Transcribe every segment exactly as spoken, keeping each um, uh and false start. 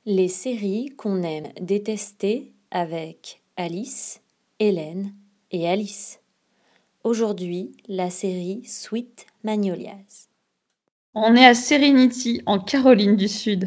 Les séries qu'on aime détester avec Alice, Hélène et Alice. Aujourd'hui, la série Sweet Magnolias. On est à Serenity, en Caroline du Sud.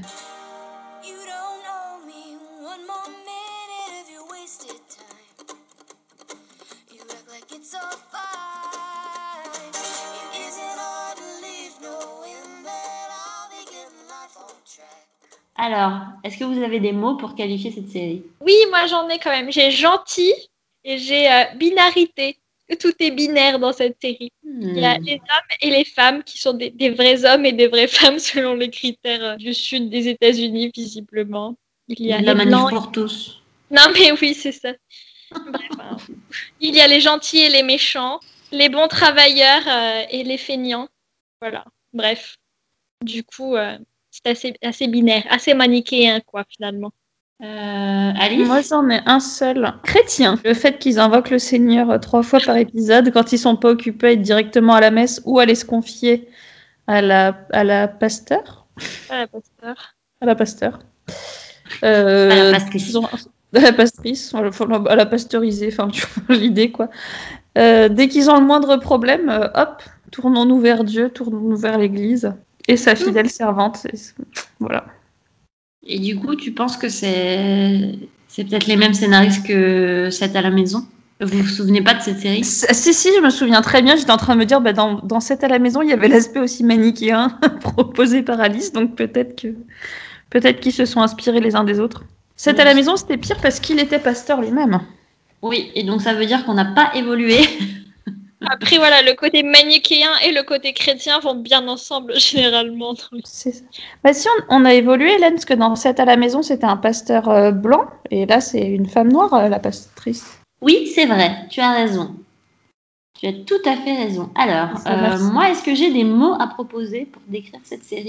Alors, est-ce que vous avez des mots pour qualifier cette série ? Oui, moi j'en ai quand même. J'ai gentil et j'ai euh, binarité. Tout est binaire dans cette série. Hmm. Il y a les hommes et les femmes qui sont des, des vrais hommes et des vraies femmes selon les critères euh, du sud des États-Unis, visiblement. Il y a la manif pour tous. Non mais oui, c'est ça. Bref, hein. Il y a les gentils et les méchants, les bons travailleurs euh, et les feignants. Voilà, bref. Du coup... Euh... C'est assez, assez binaire, assez manichéen, quoi, finalement. Euh, Alice ? Moi, j'en ai un seul. Chrétien. Le fait qu'ils invoquent le Seigneur trois fois par épisode, quand ils sont pas occupés à être directement à la messe ou aller se confier à la, à la pasteur. À la pasteur. À la pasteur. Euh, à la pastrice. Ont... À la pastrice, à la pasteurisée, enfin, tu vois l'idée, quoi. Euh, dès qu'ils ont le moindre problème, euh, hop, tournons-nous vers Dieu, tournons-nous vers l'Église. Et sa fidèle servante, et voilà. Et du coup, tu penses que c'est, c'est peut-être les mêmes scénaristes que sept à la maison ? Vous vous souvenez pas de cette série ? Si, si, je me souviens très bien. J'étais en train de me dire, bah, dans, dans sept à la maison, il y avait l'aspect aussi manichéen proposé par Alice, donc peut-être que peut-être qu'ils se sont inspirés les uns des autres. sept à la maison, c'était pire parce qu'il était pasteur lui-même. Oui, et donc ça veut dire qu'on n'a pas évolué. Après, voilà, le côté manichéen et le côté chrétien vont bien ensemble, généralement. C'est ça. Bah si, on, on a évolué, Hélène, parce que dans sept à la maison, c'était un pasteur euh, blanc, et là, c'est une femme noire, euh, la pastrice. Oui, c'est vrai, tu as raison. Tu as tout à fait raison. Alors, euh, moi, est-ce que j'ai des mots à proposer pour décrire cette série ?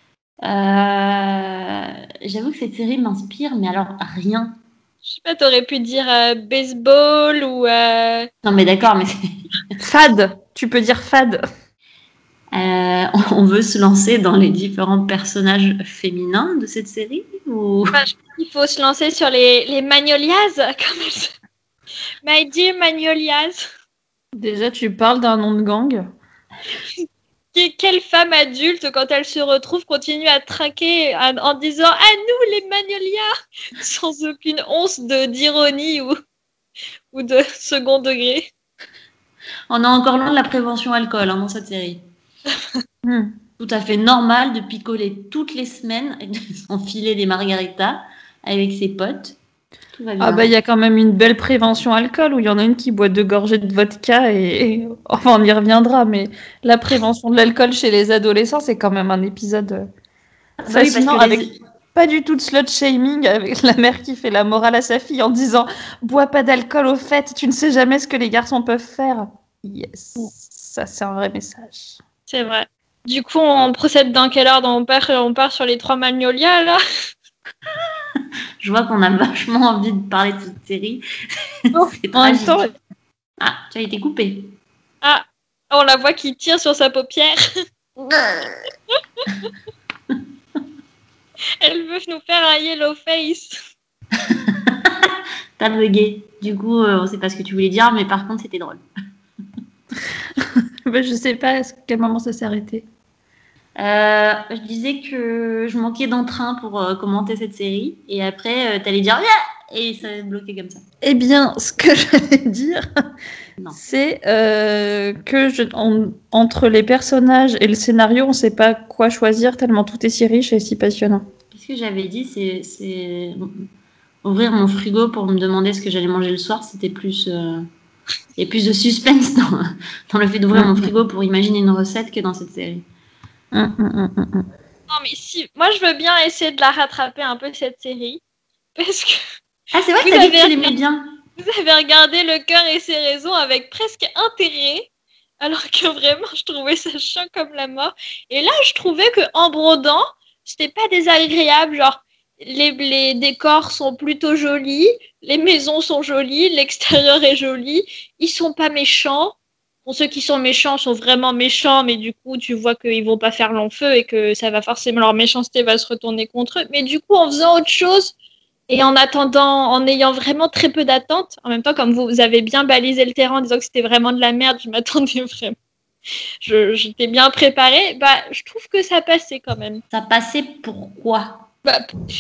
euh, J'avoue que cette série m'inspire, mais alors rien. Je sais pas, t'aurais pu dire euh, baseball ou... Euh... Non, mais d'accord, mais... Fade, tu peux dire fade. Euh, on veut se lancer dans les différents personnages féminins de cette série ou... Enfin, je pense qu'il faut se lancer sur les, les Magnolias, comme elles... My dear Magnolias. Déjà, tu parles d'un nom de gang. Quelle femme adulte, quand elle se retrouve, continue à traquer en, en disant « À nous, les Magnolias !» sans aucune once de, d'ironie ou, ou de second degré. On est encore loin de la prévention alcool hein, dans cette série. hmm. Tout à fait normal de picoler toutes les semaines et de s'enfiler des margaritas avec ses potes. Tout va bien. Ah bah il y a quand même une belle prévention alcool où il y en a une qui boit deux gorgées de vodka et, et enfin on y reviendra, mais la prévention de l'alcool chez les adolescents c'est quand même un épisode fascinant oui, avec les... pas du tout de slut shaming avec la mère qui fait la morale à sa fille en disant bois pas d'alcool au fait, tu ne sais jamais ce que les garçons peuvent faire. Yes, ça c'est un vrai message. C'est vrai. Du coup on procède dans quel ordre ? On part, on part sur les trois Magnolias là. Je vois qu'on a vachement envie de parler de cette série. Oh, c'est tragique. Temps... Ah, tu as été coupée. Ah, on la voit qui tire sur sa paupière. Elle veut nous faire un yellow face. T'as bugué. Du coup, euh, on sait pas ce que tu voulais dire, mais par contre, c'était drôle. bah, je sais pas à quel moment ça s'est arrêté. Euh, je disais que je manquais d'entrain pour euh, commenter cette série et après euh, t'allais dire yeah! Et ça bloquait comme ça. Eh bien, ce que j'allais dire, non. c'est euh, que je, on, entre les personnages et le scénario, on sait pas quoi choisir tellement tout est si riche et si passionnant. Ce que j'avais dit, c'est, c'est ouvrir mon frigo pour me demander ce que j'allais manger le soir. C'était plus, euh... il y a plus de suspense dans, dans le fait d'ouvrir mmh. mon frigo pour imaginer une recette que dans cette série. Mmh, mmh, mmh, mmh. Non mais si, moi je veux bien essayer de la rattraper un peu cette série parce que ah c'est vrai que t'as dit que tu l'aimais bien. Vous avez regardé Le cœur et ses raisons avec presque intérêt alors que vraiment je trouvais ça chiant comme la mort et là je trouvais que en brodant c'était pas désagréable, genre les, les décors sont plutôt jolis, les maisons sont jolies, l'extérieur est joli, ils sont pas méchants. bon, ceux qui sont méchants sont vraiment méchants, mais du coup, tu vois qu'ils vont pas faire long feu et que ça va forcément, leur méchanceté va se retourner contre eux. Mais du coup, en faisant autre chose et en attendant, en ayant vraiment très peu d'attentes, en même temps, comme vous, vous avez bien balisé le terrain en disant que c'était vraiment de la merde, je m'attendais vraiment. Je, j'étais bien préparée, bah, je trouve que ça passait quand même. Ça passait pourquoi? Bah,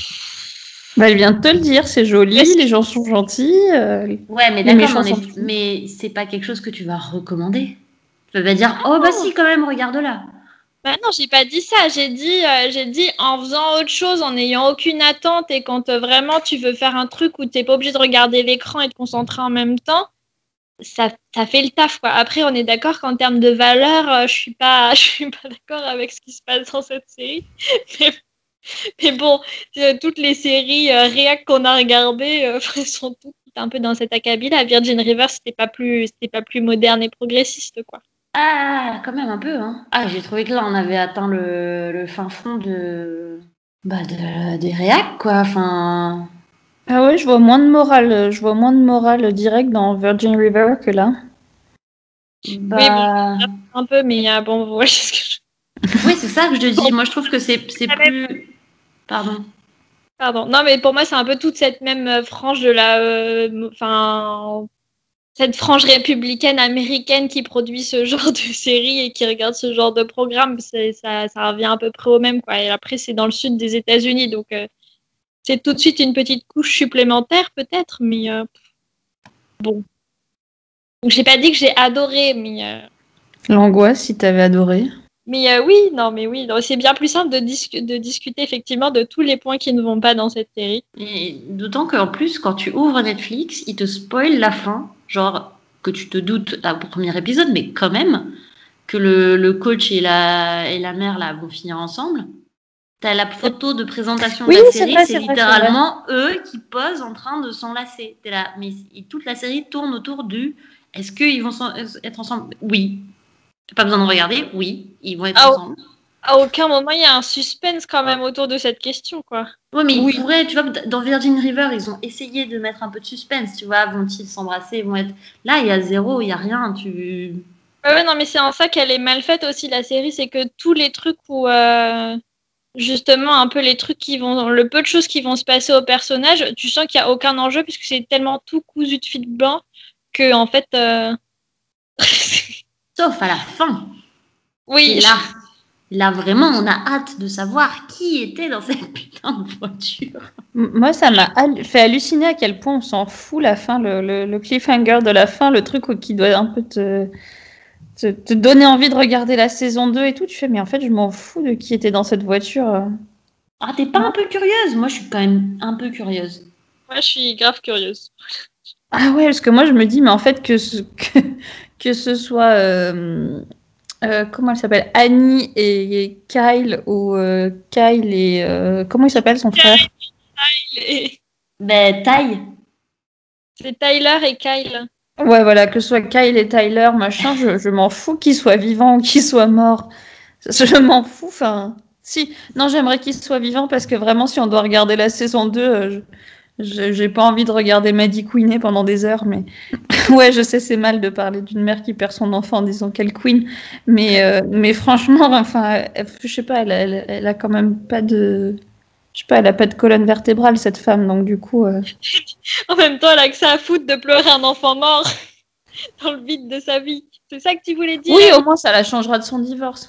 bah, elle vient de te le dire, c'est joli, Est-ce... les gens sont gentils. Euh, ouais, mais d'accord, mais, est... mais c'est pas quelque chose que tu vas recommander. Tu vas pas dire, oh bah si, quand même, regarde-la. Bah non, j'ai pas dit ça. J'ai dit, euh, j'ai dit en faisant autre chose, en n'ayant aucune attente et quand euh, vraiment tu veux faire un truc où t'es pas obligé de regarder l'écran et de concentrer en même temps. Ça, ça fait le taf, quoi. Après, on est d'accord qu'en termes de valeur, euh, je suis pas, je suis pas d'accord avec ce qui se passe dans cette série. Mais, mais bon, euh, toutes les séries euh, réac qu'on a regardées euh, sont toutes un peu dans cet acabit-là. Virgin River, c'était pas plus, c'était pas plus moderne et progressiste, quoi. Ah, quand même un peu, hein. Ah, j'ai trouvé que là, on avait atteint le, le fin fond de, bah, de, des réacs, quoi. Enfin. Ah ouais, je vois moins de morale, je vois moins de morale direct dans Virgin River que là. Bah... Oui, bon, un peu, mais euh, bon, voilà ce que je... Oui, c'est ça que je te dis. Moi, je trouve que c'est, c'est plus... Pardon. Pardon. Non, mais pour moi, c'est un peu toute cette même frange de la... Enfin... Euh, cette frange républicaine américaine qui produit ce genre de série et qui regarde ce genre de programme. C'est, ça, ça revient à peu près au même, quoi. Et après, c'est dans le sud des États-Unis, donc... Euh, c'est tout de suite une petite couche supplémentaire, peut-être, mais euh, bon. Donc, j'ai pas dit que j'ai adoré, mais... Euh... L'angoisse, si t'avais adoré. Mais euh, oui, non, mais oui. Non, c'est bien plus simple de, dis- de discuter, effectivement, de tous les points qui ne vont pas dans cette série. Et d'autant qu'en plus, quand tu ouvres Netflix, ils te spoilent la fin. Genre, que tu te doutes au premier épisode, mais quand même, que le, le coach et la, et la mère, là, vont finir ensemble. T'as la photo de présentation oui, de la c'est série, vrai, c'est, c'est littéralement vrai, c'est eux qui posent en train de s'enlacer. T'es là, mais toute la série tourne autour du est-ce qu'ils vont être ensemble? Oui. T'as pas besoin de regarder? Oui, ils vont être à ensemble. À aucun moment il y a un suspense quand même autour de cette question, quoi. Ouais, mais oui. ils pourraient, tu vois, dans Virgin River, ils ont essayé de mettre un peu de suspense, tu vois, vont-ils s'embrasser, vont être. Là, il y a zéro, il y a rien, tu. Ouais, ouais, non, mais c'est en ça qu'elle est mal faite aussi, la série, c'est que tous les trucs où. Euh... Justement, un peu les trucs qui vont, le peu de choses qui vont se passer au personnage, tu sens qu'il n'y a aucun enjeu puisque c'est tellement tout cousu de fil blanc que, en fait. Euh... Sauf à la fin. Oui. Et là, là, vraiment, on a hâte de savoir qui était dans cette putain de voiture. Moi, ça m'a fait halluciner à quel point on s'en fout la fin, le, le, le cliffhanger de la fin, le truc qui doit un peu te. Te, te donner envie de regarder la saison deux et tout, tu fais, mais en fait, je m'en fous de qui était dans cette voiture. Ah, t'es pas non. un peu curieuse? Moi, je suis quand même un peu curieuse. Moi, je suis grave curieuse. Ah ouais, parce que moi, je me dis, mais en fait, que ce, que, que ce soit... Euh, euh, comment elle s'appelle? Annie et, et Kyle, ou euh, Kyle et... Euh, comment il s'appelle, son frère? Kyle et... Ben, Ty. C'est Tyler et Kyle. Ouais, voilà, que ce soit Kyle et Tyler, machin, je, je m'en fous qu'ils soient vivants ou qu'ils soient morts. Je, je m'en fous, enfin... Si, non, j'aimerais qu'ils soient vivants parce que vraiment, si on doit regarder la saison deux, euh, je, j'ai pas envie de regarder Maddie queener pendant des heures, mais... ouais, je sais, c'est mal de parler d'une mère qui perd son enfant en disant qu'elle queen, mais, euh, mais franchement, enfin, elle, je sais pas, elle, elle, elle a quand même pas de... Je sais pas, elle a pas de colonne vertébrale, cette femme, donc du coup... Euh... en même temps, elle a que ça à foutre de pleurer un enfant mort dans le vide de sa vie. C'est ça que tu voulais dire? Oui, au moins, ça la changera de son divorce.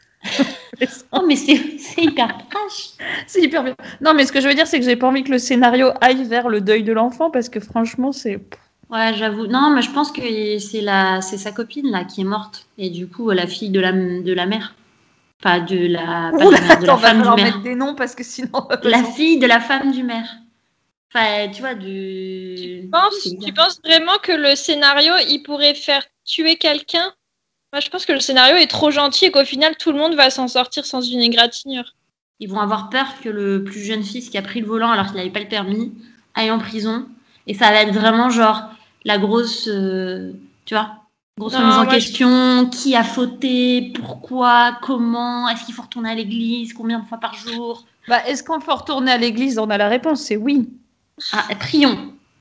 Oh, mais c'est, c'est hyper trash. C'est hyper bien. Non, mais ce que je veux dire, c'est que j'ai pas envie que le scénario aille vers le deuil de l'enfant, parce que franchement, c'est... Ouais, j'avoue. Non, mais je pense que c'est, la... c'est sa copine, là, qui est morte. Et du coup, la fille de la, de la mère. Pas de la, pas de la, mère, de la femme du maire. Mettre des noms parce que sinon. La fille de la femme du maire. Enfin, tu vois, du. Tu penses, tu penses vraiment que le scénario, il pourrait faire tuer quelqu'un? Moi, je pense que le scénario est trop gentil et qu'au final, tout le monde va s'en sortir sans une égratignure. Ils vont avoir peur que le plus jeune fils qui a pris le volant alors qu'il n'avait pas le permis aille en prison. Et ça va être vraiment genre la grosse, euh, tu vois. Grosse remise en question, je... qui a fauté, pourquoi, comment, est-ce qu'il faut retourner à l'église, combien de fois par jour? Bah, est-ce qu'on faut retourner à l'église? On a la réponse, c'est oui. Ah, prions.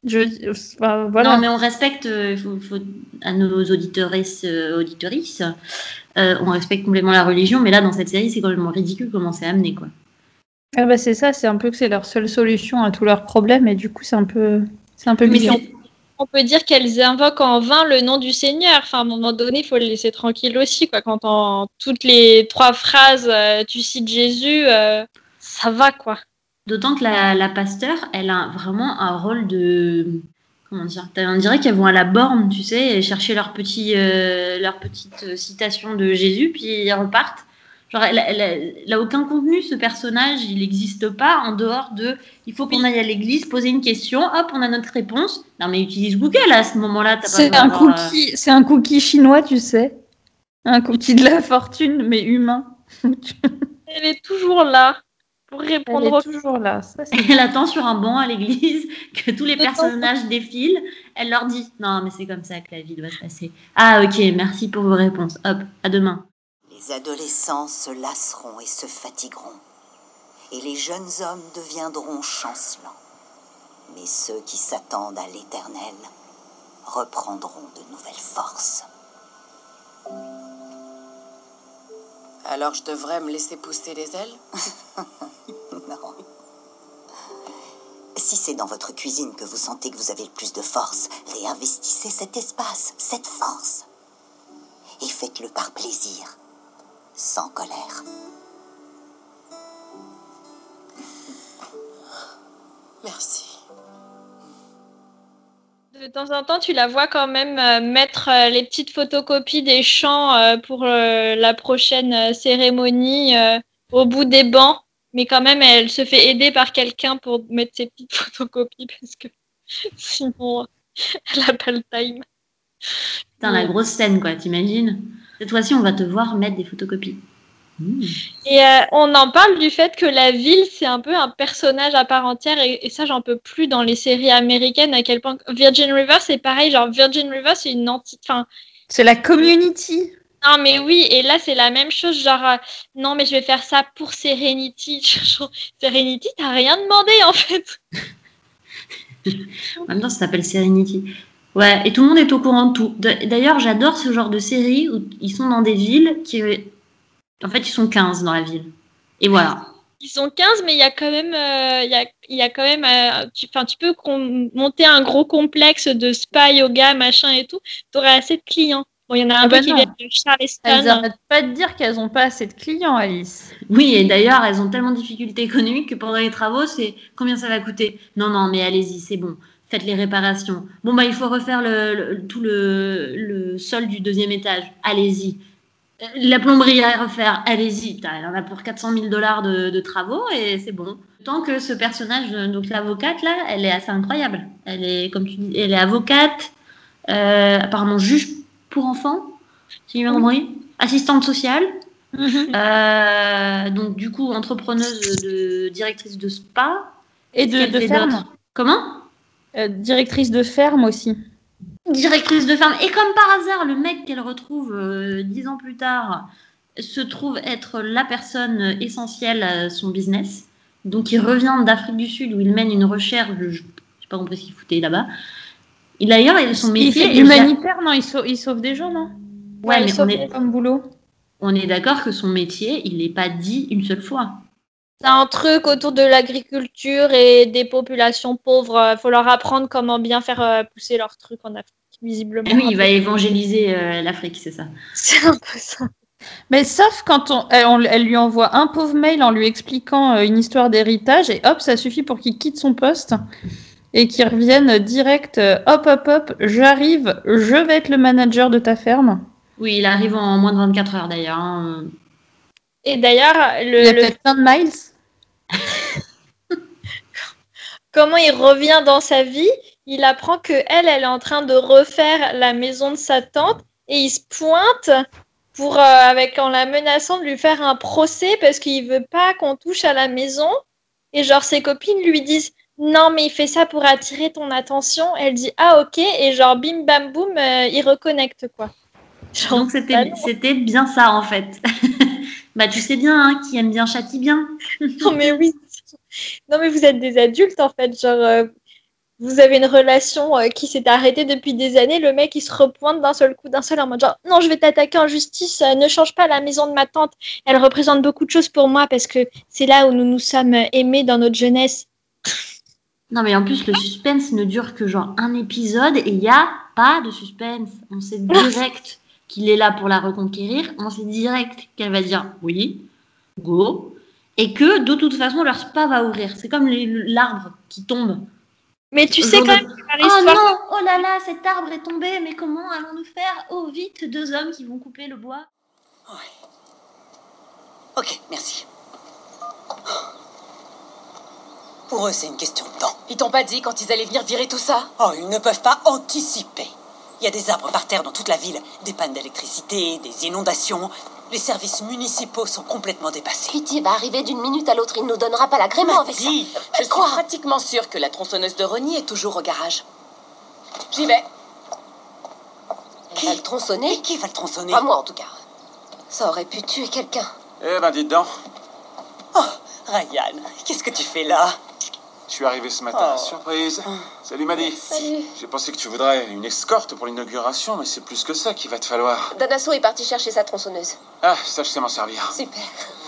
Je, enfin, voilà. Non, mais on respecte, euh, faut, faut, à nos auditrices, euh, auditrices euh, on respecte complètement la religion, mais là, dans cette série, c'est complètement ridicule comment c'est amené, quoi. Ah bah c'est ça, c'est un peu que c'est leur seule solution à tous leurs problèmes, et du coup, c'est un peu, c'est un peu bizarre. On peut dire qu'elles invoquent en vain le nom du Seigneur. Enfin, à un moment donné, il faut le laisser tranquille aussi, quoi. Quand en toutes les trois phrases, euh, tu cites Jésus, euh, ça va, quoi. D'autant que la, la pasteur, elle a vraiment un rôle de... Comment dire ? On dirait qu'elles vont à la borne, tu sais, chercher leur, petit, euh, leur petite citation de Jésus, puis ils repartent. Genre, elle, elle, elle, elle a aucun contenu, ce personnage, il n'existe pas en dehors de il faut qu'on aille à l'église, poser une question, hop, on a notre réponse. Non, mais utilise Google à ce moment-là. T'as c'est, pas un cookie, euh... c'est un cookie chinois, tu sais. Un cookie de la fortune, mais humain. Elle est toujours là pour répondre. Elle est aux... toujours là. Ça, c'est... Elle attend sur un banc à l'église que tous les personnages défilent. Elle leur dit non, mais c'est comme ça que la vie doit se passer. Ah, ok, merci pour vos réponses. Hop, à demain. Les adolescents se lasseront et se fatigueront, et les jeunes hommes deviendront chancelants. Mais ceux qui s'attendent à l'éternel reprendront de nouvelles forces. Alors je devrais me laisser pousser les ailes ? Non. Si c'est dans votre cuisine que vous sentez que vous avez le plus de force, réinvestissez cet espace, cette force. Et faites-le par plaisir. Sans colère. Merci. De temps en temps, tu la vois quand même euh, mettre euh, les petites photocopies des chants euh, pour euh, la prochaine euh, cérémonie euh, au bout des bancs. Mais quand même, elle se fait aider par quelqu'un pour mettre ses petites photocopies parce que sinon, elle n'a pas le time. Putain, la grosse scène, quoi, t'imagines ? Cette fois-ci, on va te voir mettre des photocopies. Mmh. Et euh, on en parle du fait que la ville, c'est un peu un personnage à part entière. Et, et ça, j'en peux plus dans les séries américaines. À quel point Virgin River, c'est pareil. Genre, Virgin River, c'est une entité. Enfin, c'est la community. Non, mais oui. Et là, c'est la même chose. Genre, euh, non, mais je vais faire ça pour Serenity. Genre, Serenity, t'as rien demandé, en fait. En même temps, ça s'appelle Serenity. Ouais, et tout le monde est au courant de tout. D'ailleurs, j'adore ce genre de série où ils sont dans des villes qui... En fait, ils sont quinze dans la ville. Et voilà. Ils sont quinze, mais il y a quand même... Euh, y a, y a quand même euh, tu, tu peux com- monter un gros complexe de spa, yoga, machin et tout. Tu aurais assez de clients. Bon, il y en a un ah peu bah qui viennent de Charleston. Elles n'arrêtent pas de dire qu'elles n'ont pas assez de clients, Alice. Oui, et d'ailleurs, elles ont tellement de difficultés économiques que pendant les travaux, c'est combien ça va coûter ? Non, non, mais allez-y, c'est bon. Faites les réparations. Bon, bah, il faut refaire le, le, tout le, le sol du deuxième étage. Allez-y. La plomberie à refaire. Allez-y. Il y en a pour quatre cent mille dollars de, de travaux et c'est bon. Tant que ce personnage, donc l'avocate, là, elle est assez incroyable. Elle est, comme tu dis, elle est avocate, euh, apparemment juge pour enfants, si j'ai bien compris, assistante sociale. Mm-hmm. Euh, donc, du coup, entrepreneuse, de, directrice de spa. Et de, de ferme. Comment ? Euh, directrice de ferme aussi. Directrice de ferme. Et comme par hasard, le mec qu'elle retrouve euh, dix ans plus tard se trouve être la personne essentielle à son business. Donc, il revient d'Afrique du Sud où il mène une recherche. Je n'ai pas compris ce qu'il foutait là-bas. Et d'ailleurs, son métier. Il fait humanitaire, il... non il sauve, il sauve des gens, non ? Ouais, ouais mais il on est comme boulot. On est d'accord que son métier, il n'est pas dit une seule fois. C'est un truc autour de l'agriculture et des populations pauvres. Il faut leur apprendre comment bien faire pousser leurs trucs en Afrique, visiblement. Et oui, il va évangéliser euh, l'Afrique, c'est ça. C'est un peu ça. Mais sauf quand on, elle, on, elle lui envoie un pauvre mail en lui expliquant euh, une histoire d'héritage et hop, ça suffit pour qu'il quitte son poste et qu'il revienne direct. Euh, hop, hop, hop, j'arrive, je vais être le manager de ta ferme. Oui, il arrive en moins de vingt-quatre heures d'ailleurs. Hein. Et d'ailleurs, le, il y a le... peut-être plein de miles. Comment il revient dans sa vie, il apprend que elle, elle est en train de refaire la maison de sa tante et il se pointe pour, euh, avec, en la menaçant de lui faire un procès parce qu'il veut pas qu'on touche à la maison. Et genre, ses copines lui disent non, mais il fait ça pour attirer ton attention. Elle dit ah, ok. Et genre, bim, bam, boum, euh, il reconnecte quoi. Genre, donc, c'était, c'était bien ça en fait. Bah, tu sais bien, hein, qui aime bien châtie bien. Non, mais oui. Non, mais vous êtes des adultes, en fait. Genre, euh, vous avez une relation euh, qui s'est arrêtée depuis des années, le mec il se repointe d'un seul coup, d'un seul en mode genre non, je vais t'attaquer en justice, euh, ne change pas la maison de ma tante, elle représente beaucoup de choses pour moi parce que c'est là où nous nous sommes aimés dans notre jeunesse. Non, mais en plus, le suspense ne dure que genre un épisode et il n'y a pas de suspense. On sait direct qu'il est là pour la reconquérir. On sait direct qu'elle va dire oui, go. Et que de toute façon, leur spa va ouvrir. C'est comme les- l'arbre qui tombe. Mais tu Le sais jour quand de- même que par Oh l'histoire... non, oh là là, cet arbre est tombé. Mais comment allons-nous faire? Oh, vite, deux hommes qui vont couper le bois. Ok, merci. Pour eux, c'est une question de temps. Ils t'ont pas dit quand ils allaient venir virer tout ça? Oh, ils ne peuvent pas anticiper. Il y a des arbres par terre dans toute la ville, des pannes d'électricité, des inondations. Les services municipaux sont complètement dépassés. Pity va arriver d'une minute à l'autre, il nous donnera pas l'agrément avec ça. Dis, Je suis pratiquement sûre que la tronçonneuse de Ronnie est toujours au garage. J'y vais. Elle va le tronçonner. Et qui va le tronçonner? Pas moi en tout cas. Ça aurait pu tuer quelqu'un. Eh ben, dites donc, Oh, Ryan, qu'est-ce que tu fais là? je suis arrivé ce matin. Oh. Surprise. Salut, Maddy. Salut. J'ai pensé que tu voudrais une escorte pour l'inauguration, mais c'est plus que ça qu'il va te falloir. Danasso est parti chercher sa tronçonneuse. Ah, ça, je sais m'en servir. Super.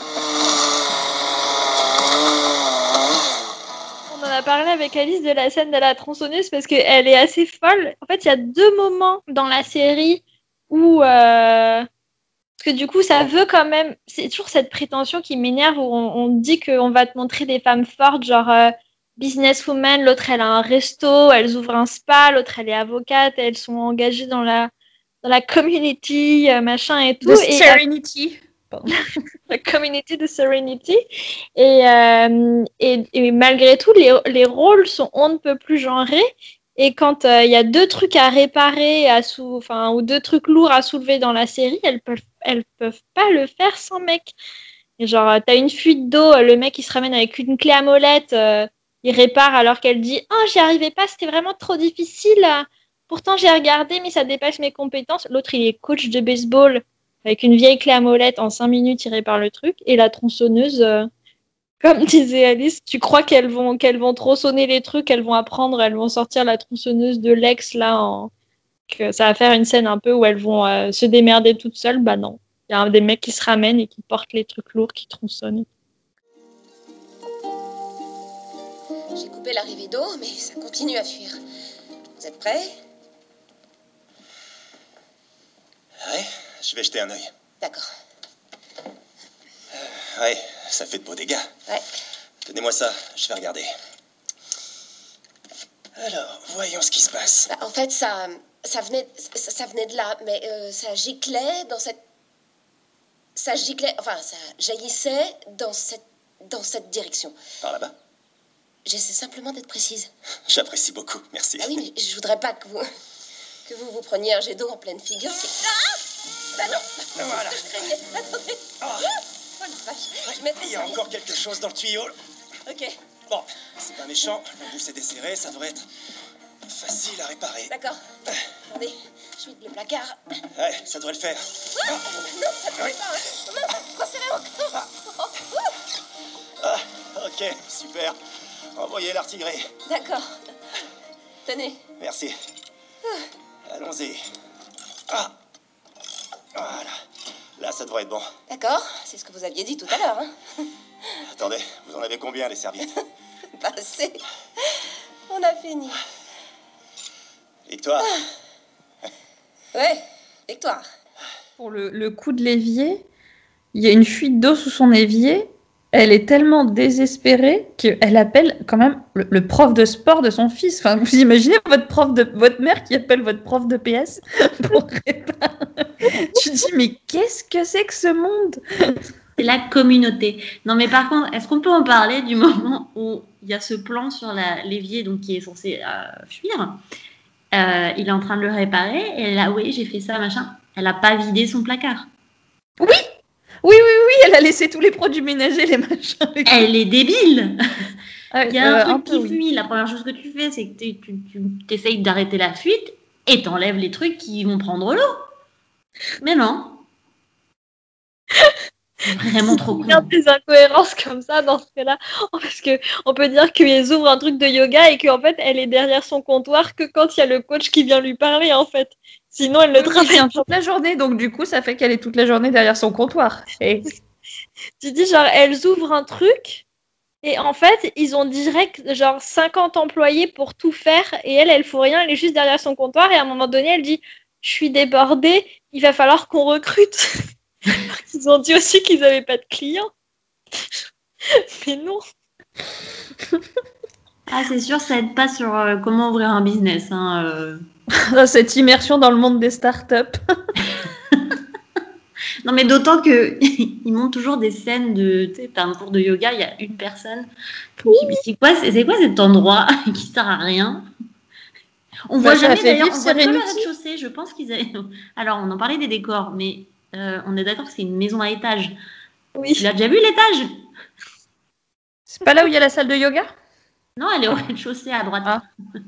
On en a parlé avec Alice de la scène de la tronçonneuse parce qu'elle est assez folle. En fait, il y a deux moments dans la série où... euh, Parce que du coup, ça veut quand même... C'est toujours cette prétention qui m'énerve où on, on dit qu'on va te montrer des femmes fortes, genre euh, businesswoman, l'autre elle a un resto, elles ouvrent un spa, l'autre elle est avocate, elles sont engagées dans la, dans la community, euh, machin et tout. The Et, Serenity. la community de Serenity. Et, euh, et, et malgré tout, les, les rôles sont on ne peut plus genrés. Et quand il euh, y a deux trucs à réparer, à sou... enfin, ou deux trucs lourds à soulever dans la série, elles peuvent, elles peuvent pas le faire sans mec. Et genre, euh, t'as une fuite d'eau, le mec il se ramène avec une clé à molette, euh, il répare alors qu'elle dit « Oh, j'y arrivais pas, c'était vraiment trop difficile. Pourtant, j'ai regardé, mais ça dépasse mes compétences. » L'autre, il est coach de baseball. Avec une vieille clé à molette, en cinq minutes, il répare le truc. Et la tronçonneuse, euh, comme disait Alice, tu crois qu'elles vont, qu'elles vont tronçonner les trucs, elles vont apprendre, elles vont sortir la tronçonneuse de l'ex, là, en... que ça va faire une scène un peu où elles vont euh, se démerder toutes seules. Bah non. Il y a des mecs qui se ramènent et qui portent les trucs lourds, qui tronçonnent. J'ai coupé l'arrivée d'eau, mais ça continue à fuir. Vous êtes prêts? Ouais, je vais jeter un œil. D'accord. Ouais, ça fait de beaux dégâts. Ouais. Donnez-moi ça, je vais regarder. Alors, voyons ce qui se passe. Bah, en fait, ça, ça, venait, ça, ça venait de là, mais euh, ça giclait dans cette... Ça giclait, enfin, ça jaillissait dans cette, dans cette direction. Par là-bas. J'essaie simplement d'être précise. J'apprécie beaucoup, merci. Ah oui, mais je voudrais pas que vous, que vous vous preniez un jet d'eau en pleine figure. C'est... Ah bah non, Voilà. je craignais. Attendez. Oh. Oh la vache, je mettrai Il y a ça. encore quelque chose dans le tuyau. Ok, Bon, c'est pas méchant, le bout s'est desserré, ça devrait être facile à réparer. d'accord. Attendez, je vide le placard. Ouais, ça devrait le faire. Ah, non, ça ne fait pas. Hein. Mince, resserrez encore. Ah, ok, super. Envoyez l'artillerie. D'accord. Tenez. Merci. Allons-y. Ah. Voilà. Là, ça devrait être bon. D'accord, c'est ce que vous aviez dit tout à l'heure. Hein. Attendez, vous en avez combien, les serviettes? Pas assez. On a fini. Victoire. Ouais, victoire. Pour le, le coup de l'évier, il y a une fuite d'eau sous son évier. Elle est tellement désespérée qu'elle appelle quand même le, le prof de sport de son fils. Enfin, vous imaginez votre prof de votre mère qui appelle votre prof de P S pour réparer. Tu te dis mais qu'est-ce que c'est que ce monde? C'est la communauté. Non, mais par contre, est-ce qu'on peut en parler du moment où il y a ce plan sur la, l'évier donc, qui est censé euh, fuir euh, il est en train de le réparer et là, oui, j'ai fait ça, machin. Elle n'a pas vidé son placard. Oui, oui, oui, oui, elle a laissé tous les produits ménagers, les machins. Les... Elle est débile. Ah, Il y a un euh, truc un qui peu, oui. fuit. La première chose que tu fais, c'est que tu, tu, tu essayes d'arrêter la fuite et t'enlèves les trucs qui vont prendre l'eau. Mais non. Vraiment trop cool. Il y a des incohérences comme ça dans ce cas-là. Parce qu'on peut dire qu'ils ouvrent un truc de yoga et qu'en fait, elle est derrière son comptoir que quand il y a le coach qui vient lui parler, en fait. Sinon, elle ne Oui, travaille vient pas. toute la journée, donc du coup, ça fait qu'elle est toute la journée derrière son comptoir. Et... Tu dis, genre, elles ouvrent un truc et en fait, ils ont direct, genre, cinquante employés pour tout faire et elle, elle fout rien, elle est juste derrière son comptoir et à un moment donné, elle dit « Je suis débordée, il va falloir qu'on recrute. » Ils ont dit aussi qu'ils n'avaient pas de clients. Mais non. Ah, c'est sûr, ça aide pas sur euh, comment ouvrir un business. Hein, euh. Cette immersion dans le monde des startups. Non, mais d'autant que ils montent toujours des scènes de. Tu sais, t'as un cours de yoga, il y a une personne. Oui. Qui, c'est quoi, c'est, c'est quoi cet endroit qui sert à rien? On bah, voit jamais d'ailleurs. On voit pas le rez-de-chaussée. Je pense qu'ils avaient. Alors, on en parlait des décors, mais euh, on est d'accord que c'est une maison à étage. Oui. Tu l'as déjà vu l'étage? C'est pas là où il y a la salle de yoga? Non, elle est au rez-de-chaussée à droite. Ah.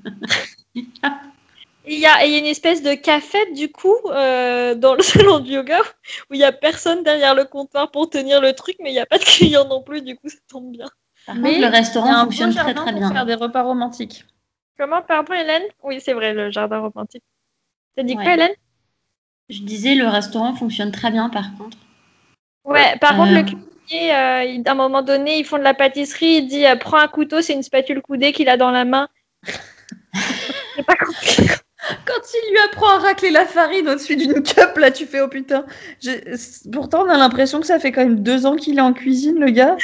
Il y, a, il y a une espèce de cafette du coup euh, dans le salon de yoga où il n'y a personne derrière le comptoir pour tenir le truc, mais il n'y a pas de clients non plus, du coup ça tombe bien. Par mais contre, le restaurant fonctionne très très bien. Pour faire des repas romantiques. Comment, pardon Hélène? Oui, c'est vrai, le jardin romantique. T'as dit ouais. quoi Hélène? Je disais le restaurant fonctionne très bien par contre. Ouais, par euh... contre le cuisinier, euh, à un moment donné, ils font de la pâtisserie, il dit euh, prends un couteau, c'est une spatule coudée qu'il a dans la main. J'ai pas compris. Quand il lui apprend à racler la farine au-dessus d'une cup, là, tu fais oh putain. J'ai... Pourtant, on a l'impression que ça fait quand même deux ans qu'il est en cuisine, le gars.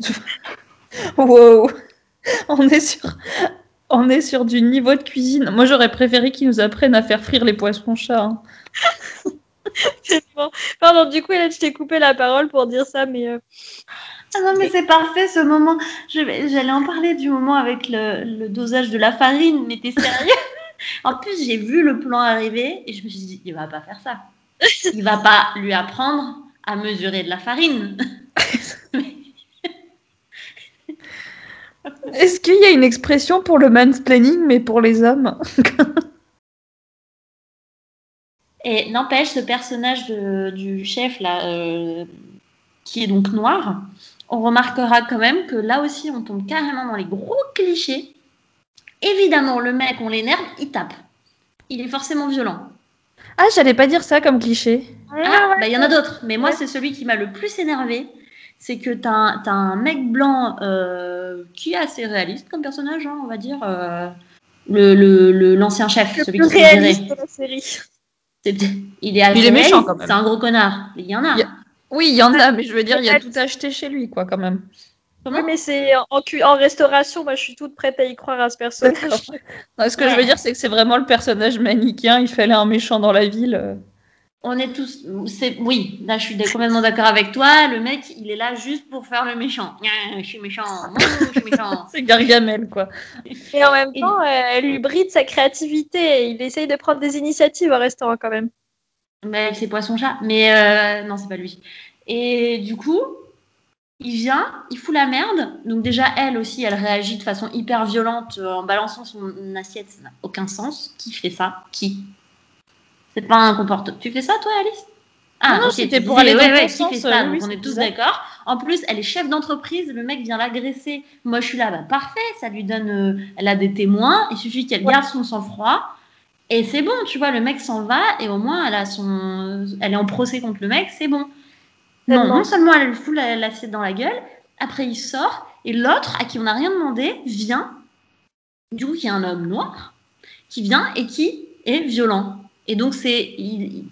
Wow. On est sur, on est sur du niveau de cuisine. Moi, j'aurais préféré qu'il nous apprenne à faire frire les poissons-chats. Hein. C'est bon. Pardon, du coup, là, je t'ai coupé la parole pour dire ça, mais. Euh... Ah non, mais c'est parfait ce moment. Je vais... J'allais en parler du moment avec le, le dosage de la farine, mais t'es sérieux? En plus, j'ai vu le plan arriver et je me suis dit, il va pas faire ça. Il va pas lui apprendre à mesurer de la farine. Est-ce qu'il y a une expression pour le mansplaining, mais pour les hommes? Et n'empêche, ce personnage de, du chef, là, euh, qui est donc noir, on remarquera quand même que là aussi, on tombe carrément dans les gros clichés. Évidemment, le mec, on l'énerve, il tape. Il est forcément violent. Ah, j'allais pas dire ça comme cliché. Ah, bah il y en a d'autres. Mais moi, c'est celui qui m'a le plus énervé. C'est que t'as un, t'as un mec blanc euh, qui est assez réaliste comme personnage, hein, on va dire. Euh, le, le, le, l'ancien chef, le celui plus qui réaliste de la série. C'est, il est, il est méchant quand même. C'est un gros connard. Il y en a. Il y a... Oui, il y en a, mais je veux dire, il y a tout acheté chez lui, quoi, quand même. Comment? Oui, mais c'est en, cu- en restauration, moi je suis toute prête à y croire à ce personnage. Non, ce que ouais. je veux dire, c'est que c'est vraiment le personnage manichéen. Il fallait un méchant dans la ville. On est tous. C'est... Oui, là je suis complètement d'accord avec toi. Le mec, il est là juste pour faire le méchant. Je suis méchant, je suis méchant. C'est Gargamel, quoi. Et en même temps, euh, elle lui bride sa créativité. Il essaye de prendre des initiatives au restaurant quand même. Mais avec ses poissons-chats. Mais euh, non, c'est pas lui. Et du coup. Il vient, il fout la merde. Donc déjà, elle aussi, elle réagit de façon hyper violente euh, en balançant son assiette. Ça n'a aucun sens. Qui fait ça? Qui? C'est pas un comportement. Tu fais ça, toi, Alice? Ah, non, okay, c'était pour aller ouais, dans ouais, ton sens. Qui fait ça? Euh, donc, on est tous d'accord. En plus, elle est chef d'entreprise. Le mec vient l'agresser. Moi, je suis là. Bah, parfait. Ça lui donne... Euh, elle a des témoins. Il suffit qu'elle ouais. garde son sang-froid. Et c'est bon, tu vois. Le mec s'en va. Et au moins, elle, a son... elle est en procès contre le mec. C'est bon. Non, non seulement elle lui fout la, l'assiette dans la gueule, après il sort, et l'autre, à qui on n'a rien demandé, vient. Du coup, il y a un homme noir qui vient et qui est violent. Et donc, c'est il,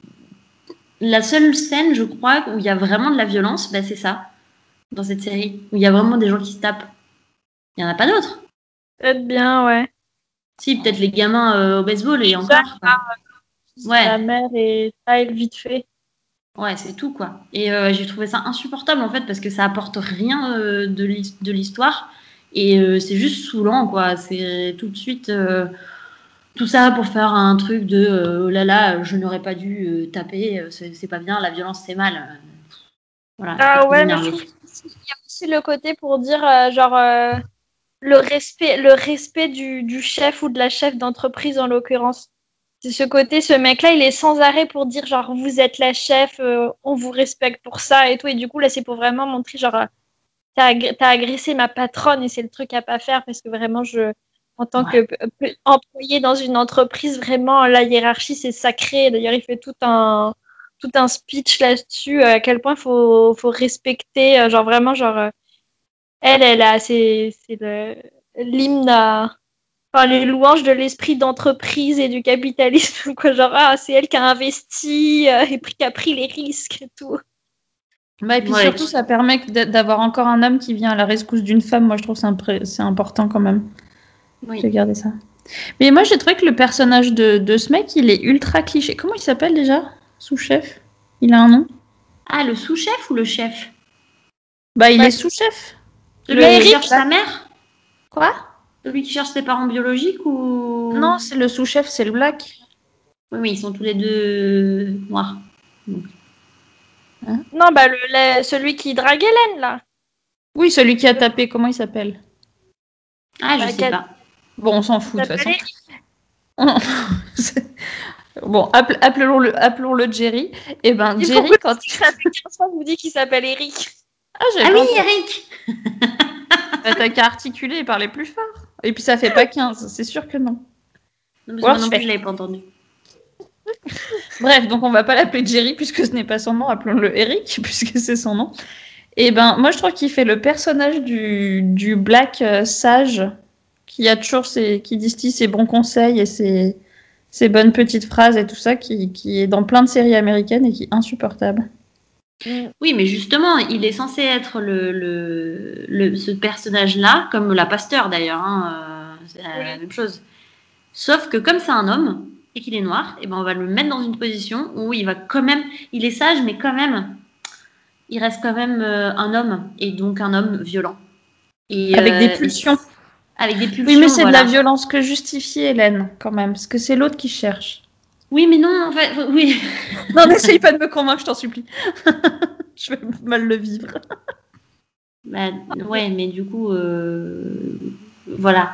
la seule scène, je crois, où il y a vraiment de la violence, bah, c'est ça, dans cette série, où il y a vraiment des gens qui se tapent. Il n'y en a pas d'autres. Peut-être bien, ouais. Si, peut-être les gamins euh, au baseball, et encore. Ah, ouais. La mère et Kyle vite fait. Ouais, c'est tout, quoi. Et euh, j'ai trouvé ça insupportable, en fait, parce que ça apporte rien euh, de, l'hi- de l'histoire. Et euh, c'est juste saoulant, quoi. C'est tout de suite... Euh, tout ça pour faire un truc de euh, « Oh là là, je n'aurais pas dû euh, taper, c'est, c'est pas bien, la violence, c'est mal. » Voilà. Ah ouais, mais je trouve qu'il y a aussi le côté pour dire, euh, genre, euh, le respect, le respect du, du chef ou de la chef d'entreprise, en l'occurrence. C'est ce côté, ce mec-là, il est sans arrêt pour dire genre vous êtes la chef, euh, on vous respecte pour ça et tout. Et du coup là, c'est pour vraiment montrer genre t'as, ag- t'as agressé ma patronne et c'est le truc à pas faire parce que vraiment je, en tant Ouais. que p- p- employé dans une entreprise, vraiment la hiérarchie c'est sacré. D'ailleurs, il fait tout un tout un speech là-dessus euh, à quel point faut faut respecter, euh, genre vraiment genre euh, elle, elle a c'est c'est le l'hymne à enfin, les louanges de l'esprit d'entreprise et du capitalisme, quoi. Genre, ah, c'est elle qui a investi euh, et qui a pris les risques et tout. Bah, et puis Ouais. surtout, ça permet que d'a- d'avoir encore un homme qui vient à la rescousse d'une femme. Moi, je trouve que c'est, impré- c'est important quand même Oui. de garder ça. Mais moi, j'ai trouvé que le personnage de, de ce mec, il est ultra cliché. Comment il s'appelle déjà? Sous-chef? Il a un nom? Ah, le sous-chef ou le chef? Bah, il Ouais. est sous-chef. Celui Le qui Eric, cherche sa mère? Quoi? Celui qui cherche ses parents biologiques ou... Non, c'est le sous-chef, c'est le black. Oui, mais ils sont tous les deux noirs. non, bah, le, le- celui qui drague Hélène, là. Oui, celui qui a tapé, comment il s'appelle? Ah, je Bah, sais quel- pas. Bon, on s'en fout de toute façon. S'appelle C'est- bon, appel- appelons-le, appelons-le Jerry. Et ben, Il faut Jerry, que quand ça fait quinze fois que vous dites qu'il s'appelle Eric. Ah, j'ai Ah pas oui, entendu. Eric! Bah, t'as qu'à articuler et parler plus fort. Et puis ça fait pas quinze, c'est sûr que non. Non, Ou parce que moi alors non tu plus, fais- je l'avais pas entendu. Bref, donc on va pas l'appeler Jerry puisque ce n'est pas son nom, appelons-le Eric puisque c'est son nom. Et ben, moi je trouve qu'il fait le personnage du, du black euh, sage qui a toujours ses, qui distille ses bons conseils et ses, ses bonnes petites phrases et tout ça, qui, qui est dans plein de séries américaines et qui est insupportable. Oui, mais justement, il est censé être le, le, le- ce personnage-là, comme la pasteur d'ailleurs, hein, euh, c'est la, la même chose. Sauf que comme c'est un homme et qu'il est noir, et ben on va le mettre dans une position où il va quand même, il est sage, mais quand même, il reste quand même euh, un homme et donc un homme violent. Et, Avec euh, des pulsions. Avec des pulsions. Oui, mais c'est voilà. de la violence que justifiée, Hélène, quand même, parce que c'est l'autre qui cherche. Oui, mais non, en fait, oui. Non, n'essaye pas de me convaincre, je t'en supplie. Je vais mal le vivre. Bah, ouais, mais du coup, euh, voilà.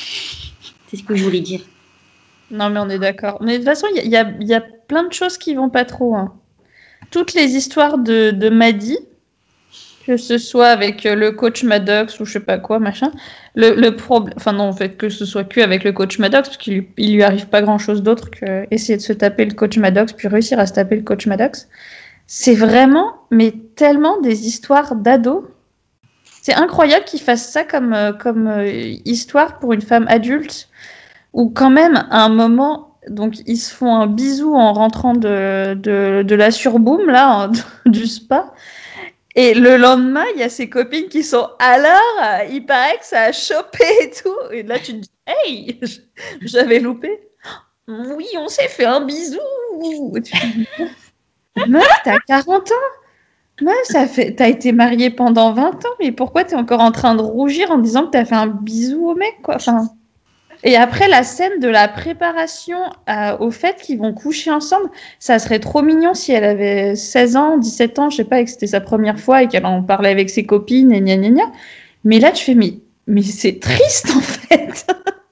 C'est ce que je voulais dire. Non, mais on est d'accord. Mais de toute façon, il y, a- il y a, il y a plein de choses qui vont pas trop. Hein. Toutes les histoires de, de Maddie, que ce soit avec euh, le coach Maddox ou je sais pas quoi, machin, le, le problème... Enfin non, en fait, que ce soit que avec le coach Maddox, parce qu'il lui, il lui arrive pas grand-chose d'autre que essayer de se taper le coach Maddox, puis réussir à se taper le coach Maddox. C'est vraiment, mais tellement des histoires d'ados. C'est incroyable qu'ils fassent ça comme, euh, comme euh, histoire pour une femme adulte, où quand même, à un moment, donc ils se font un bisou en rentrant de, de, de la surboom, là, en- du spa. Et le lendemain, il y a ses copines qui sont « Alors, euh, il paraît que ça a chopé et tout. » Et là, tu te dis « Hey, j'avais loupé. » Oui, on s'est fait un bisou. Et tu te dis, meuf, t'as quarante ans. Meuf, ça fait... t'as été mariée pendant vingt ans, mais pourquoi t'es encore en train de rougir en disant que t'as fait un bisou au mec, quoi. Enfin... Et après, la scène de la préparation à- au fait qu'ils vont coucher ensemble, ça serait trop mignon si elle avait seize ans, dix-sept ans, je sais pas, et que c'était sa première fois et qu'elle en parlait avec ses copines et gna gna gna. Mais là, tu fais, mais, mais c'est triste en fait.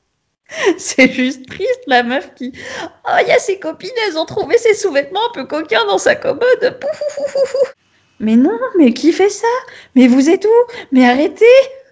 C'est juste triste, la meuf qui... Oh, il y a ses copines, elles ont trouvé ses sous-vêtements un peu coquins dans sa commode. Pouf, pouf, pouf, pouf, pouf. Mais non, mais qui fait ça? Mais vous êtes où? Mais arrêtez!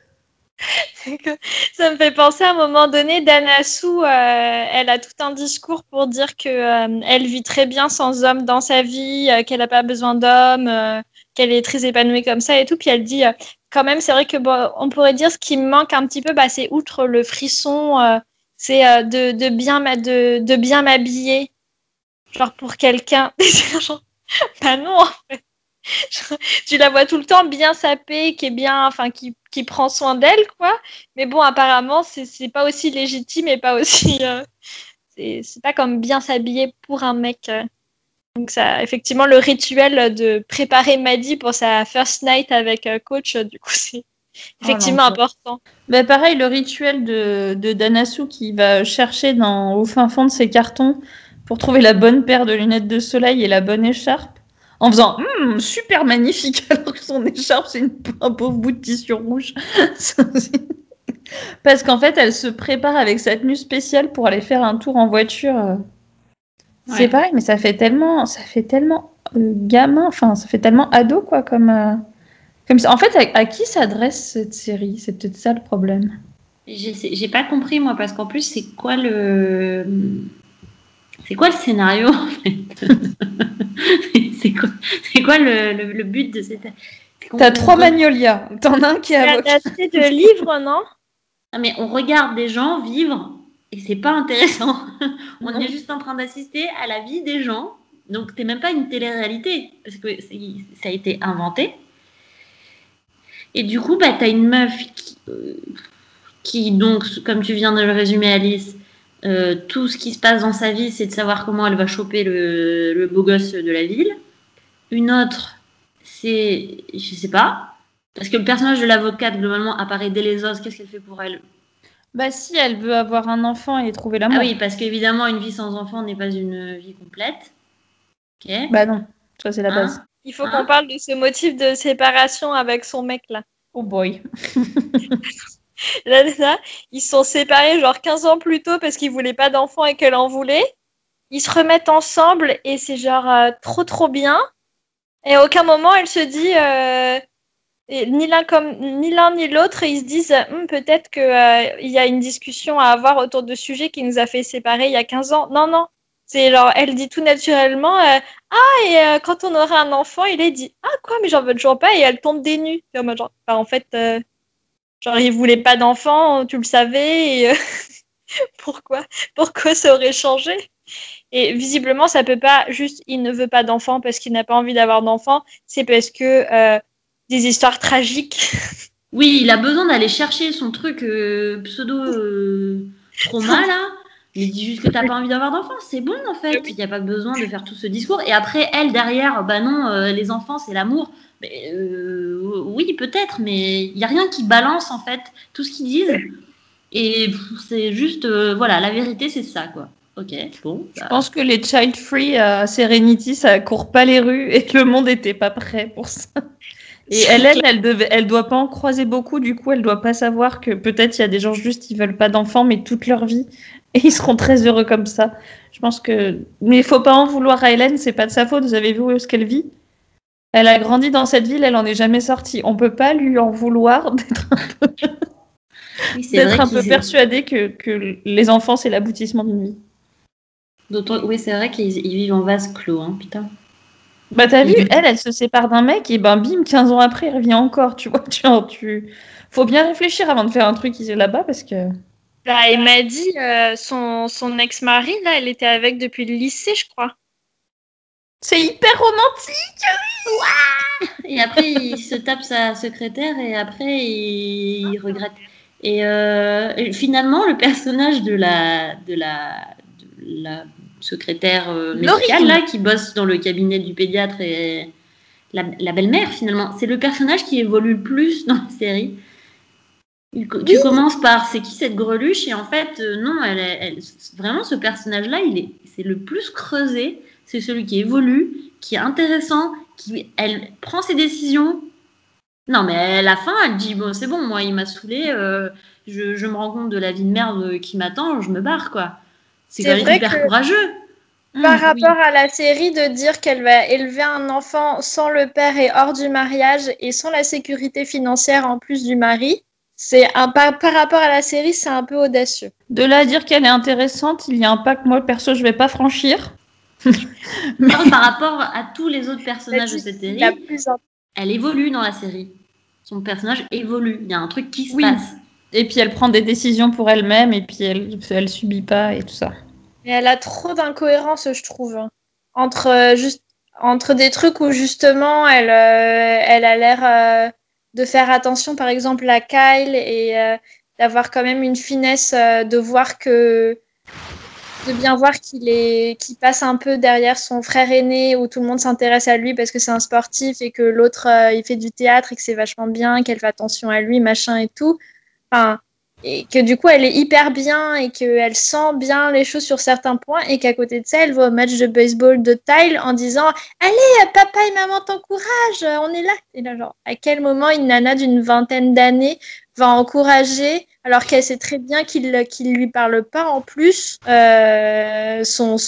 C'est que ça me fait penser à un moment donné, Dana Sue, euh, elle a tout un discours pour dire que euh, elle vit très bien sans homme dans sa vie, euh, qu'elle n'a pas besoin d'homme, euh, qu'elle est très épanouie comme ça et tout. Puis elle dit, euh, quand même, c'est vrai que bon, on pourrait dire ce qui me manque un petit peu, bah, c'est outre le frisson, euh, c'est euh, de, de bien m'a- de, de bien m'habiller, genre pour quelqu'un. Genre, bah non, en fait. Tu la vois tout le temps bien sapée, qui est bien, enfin qui, qui prend soin d'elle, quoi. Mais bon, apparemment, c'est c'est pas aussi légitime et pas aussi, euh, c'est c'est pas comme bien s'habiller pour un mec. euh. Donc ça, effectivement, le rituel de préparer Maddie pour sa first night avec euh, coach, euh, du coup, c'est effectivement non, important. Bah pareil, le rituel de, de Danasu qui va chercher dans, au fin fond de ses cartons pour trouver la bonne paire de lunettes de soleil et la bonne écharpe, en faisant hum, super magnifique, alors que son écharpe c'est une, un pauvre bout de tissu rouge. Parce qu'en fait, elle se prépare avec sa tenue spéciale pour aller faire un tour en voiture. Ouais. C'est pareil, mais ça fait tellement, ça fait tellement euh, gamin, enfin, ça fait tellement ado, quoi, comme, euh, comme ça. En fait, à, à qui s'adresse cette série ? C'est peut-être ça le problème. J'ai, j'ai pas compris, moi, parce qu'en plus, c'est quoi le... C'est quoi le scénario, en fait? c'est, quoi, c'est quoi le, le, le but de cette... T'as trois Magnolia. T'en as un qui est avocat. T'as acheté de livres, non? Ah, mais on regarde des gens vivre et c'est pas intéressant. On non. est juste en train d'assister à la vie des gens. Donc, t'es même pas une télé-réalité parce que c'est, ça a été inventé. Et du coup, bah, t'as une meuf qui, euh, qui, donc, comme tu viens de le résumer, Alice, euh, tout ce qui se passe dans sa vie, c'est de savoir comment elle va choper le, le beau gosse de la ville. Une autre, c'est, je sais pas, parce que le personnage de l'avocate, globalement, apparaît dès les os. Qu'est-ce qu'elle fait pour elle ? Bah si, elle veut avoir un enfant et trouver l'amour. Ah oui, parce qu'évidemment, une vie sans enfant n'est pas une vie complète. Ok. Bah non, ça c'est la hein base. Il faut hein qu'on parle de ce motif de séparation avec son mec, là. Oh boy. Là, là, ils se sont séparés genre quinze ans plus tôt parce qu'ils voulaient pas d'enfant et qu'elle en voulait. Ils se remettent ensemble et c'est genre euh, trop trop bien. Et à aucun moment elle se dit euh, et ni l'un comme ni l'un ni l'autre ils se disent hm, peut-être que euh, il y a une discussion à avoir autour de sujets qui nous a fait séparer il y a quinze ans. Non non, c'est genre elle dit tout naturellement euh, ah et euh, quand on aura un enfant, il est dit ah quoi mais j'en veux toujours pas et elle tombe des nues. Genre bah, en fait euh, genre il voulait pas d'enfant, tu le savais et euh, pourquoi pourquoi ça aurait changé? Et visiblement, ça peut pas juste il ne veut pas d'enfant parce qu'il n'a pas envie d'avoir d'enfant, c'est parce que euh, des histoires tragiques. Oui, il a besoin d'aller chercher son truc euh, pseudo euh, trauma là. Il dit juste que t'as pas envie d'avoir d'enfant, c'est bon en fait. Il n'y a pas besoin de faire tout ce discours. Et après, elle derrière, bah non, euh, les enfants c'est l'amour. Mais, euh, oui, peut-être, mais il y a rien qui balance en fait tout ce qu'ils disent. Et c'est juste, euh, voilà, la vérité c'est ça quoi. Ok, bon. Bah... Je pense que les child free à Serenity, ça court pas les rues et le monde était pas prêt pour ça. Et elle, elle, elle, devait, elle doit pas en croiser beaucoup, du coup, elle doit pas savoir que peut-être il y a des gens juste, ils veulent pas d'enfants, mais toute leur vie, et ils seront très heureux comme ça. Je pense que, mais il faut pas en vouloir à Hélène, c'est pas de sa faute. Vous avez vu où est-ce qu'elle vit ? Elle a grandi dans cette ville, elle en est jamais sortie. On peut pas lui en vouloir d'être un peu, oui, c'est d'être vrai un peu persuadée que, que les enfants c'est l'aboutissement d'une vie. D'autant, oui, c'est vrai qu'ils ils vivent en vase clos, hein, putain. Bah t'as vu, elle, elle se sépare d'un mec et ben bim, quinze ans après, il revient encore, tu vois. Tu, tu... Faut bien réfléchir avant de faire un truc qui est là-bas parce que... Bah, elle m'a dit, euh, son, son ex-mari, là, elle était avec depuis le lycée, je crois. C'est hyper romantique. Ouah et après, il se tape sa secrétaire et après, il, il regrette. Et, euh, et finalement, le personnage de la... De la, de la secrétaire euh, médicale là, qui bosse dans le cabinet du pédiatre et la, la belle-mère finalement, c'est le personnage qui évolue le plus dans la série. Il, oui. Tu commences par c'est qui cette greluche et en fait euh, non, elle, elle, vraiment ce personnage là il est, c'est le plus creusé, c'est celui qui évolue, qui est intéressant, qui elle prend ses décisions. Non mais à la fin elle dit bon c'est bon moi il m'a saoulé, euh, je, je me rends compte de la vie de merde qui m'attend, je me barre quoi. C'est, c'est quand même hyper courageux. Par mmh, rapport oui. à la série, de dire qu'elle va élever un enfant sans le père et hors du mariage et sans la sécurité financière en plus du mari, c'est un, par, par rapport à la série, c'est un peu audacieux. De là à dire qu'elle est intéressante, il y a un pas que moi, perso, je vais pas franchir. Mais... Par rapport à tous les autres personnages de cette série, plus... elle évolue dans la série. Son personnage évolue. Il y a un truc qui se oui. passe. Et puis elle prend des décisions pour elle-même et puis elle elle subit pas et tout ça. Et elle a trop d'incohérences, je trouve, entre euh, juste entre des trucs où justement elle euh, elle a l'air euh, de faire attention, par exemple à Kyle et euh, d'avoir quand même une finesse euh, de voir que de bien voir qu'il est qu'il passe un peu derrière son frère aîné où tout le monde s'intéresse à lui parce que c'est un sportif et que l'autre euh, il fait du théâtre et que c'est vachement bien, qu'elle fait attention à lui, machin et tout. Enfin, et que du coup elle est hyper bien et qu'elle sent bien les choses sur certains points et qu'à côté de ça elle va au match de baseball de Tyle en disant allez papa et maman t'encouragent, on est là. Et là genre à quel moment une nana d'une vingtaine d'années va encourager alors qu'elle sait très bien qu'il qu'il lui parle pas en plus euh, son son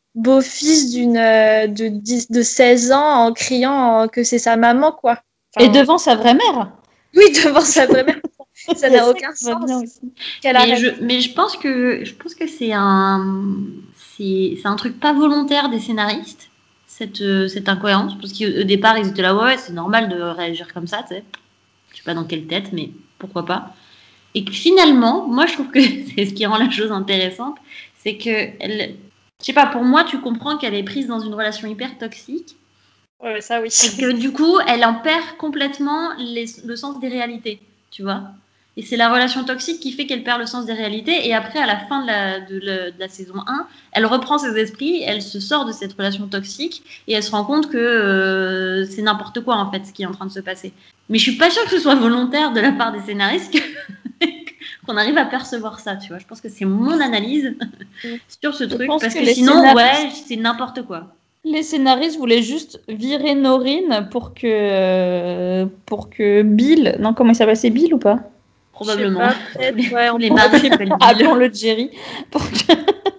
beau-fils d'une euh, de, dix, de seize ans en criant que c'est sa maman, quoi. Enfin, et devant sa vraie mère. Oui, devant sa vraie mère. Ça n'a aucun sens. Mais je, mais je pense que je pense que c'est un c'est, c'est un truc pas volontaire des scénaristes, cette cette incohérence, parce qu'au départ ils étaient là ouais c'est normal de réagir comme ça, tu sais. Je sais pas dans quelle tête, mais pourquoi pas. Et que finalement, moi je trouve que c'est ce qui rend la chose intéressante, c'est que elle, je sais pas, pour moi tu comprends qu'elle est prise dans une relation hyper toxique. Ouais, ça oui. Et que du coup elle en perd complètement les, le sens des réalités, tu vois. Et c'est la relation toxique qui fait qu'elle perd le sens des réalités. Et après, à la fin de la, de, la, de la saison un, elle reprend ses esprits, elle se sort de cette relation toxique et elle se rend compte que euh, c'est n'importe quoi, en fait, ce qui est en train de se passer. Mais je suis pas sûre que ce soit volontaire de la part des scénaristes que... qu'on arrive à percevoir ça, tu vois. Je pense que c'est mon analyse sur ce truc. Parce que, que sinon, scénaristes... ouais, c'est n'importe quoi. Les scénaristes voulaient juste virer Noreen pour que, pour que Bill... Non, comment il s'appelle ? C'est Bill ou pas ? Probablement. Pas, ouais, on les maris appelons-le Jerry pour que,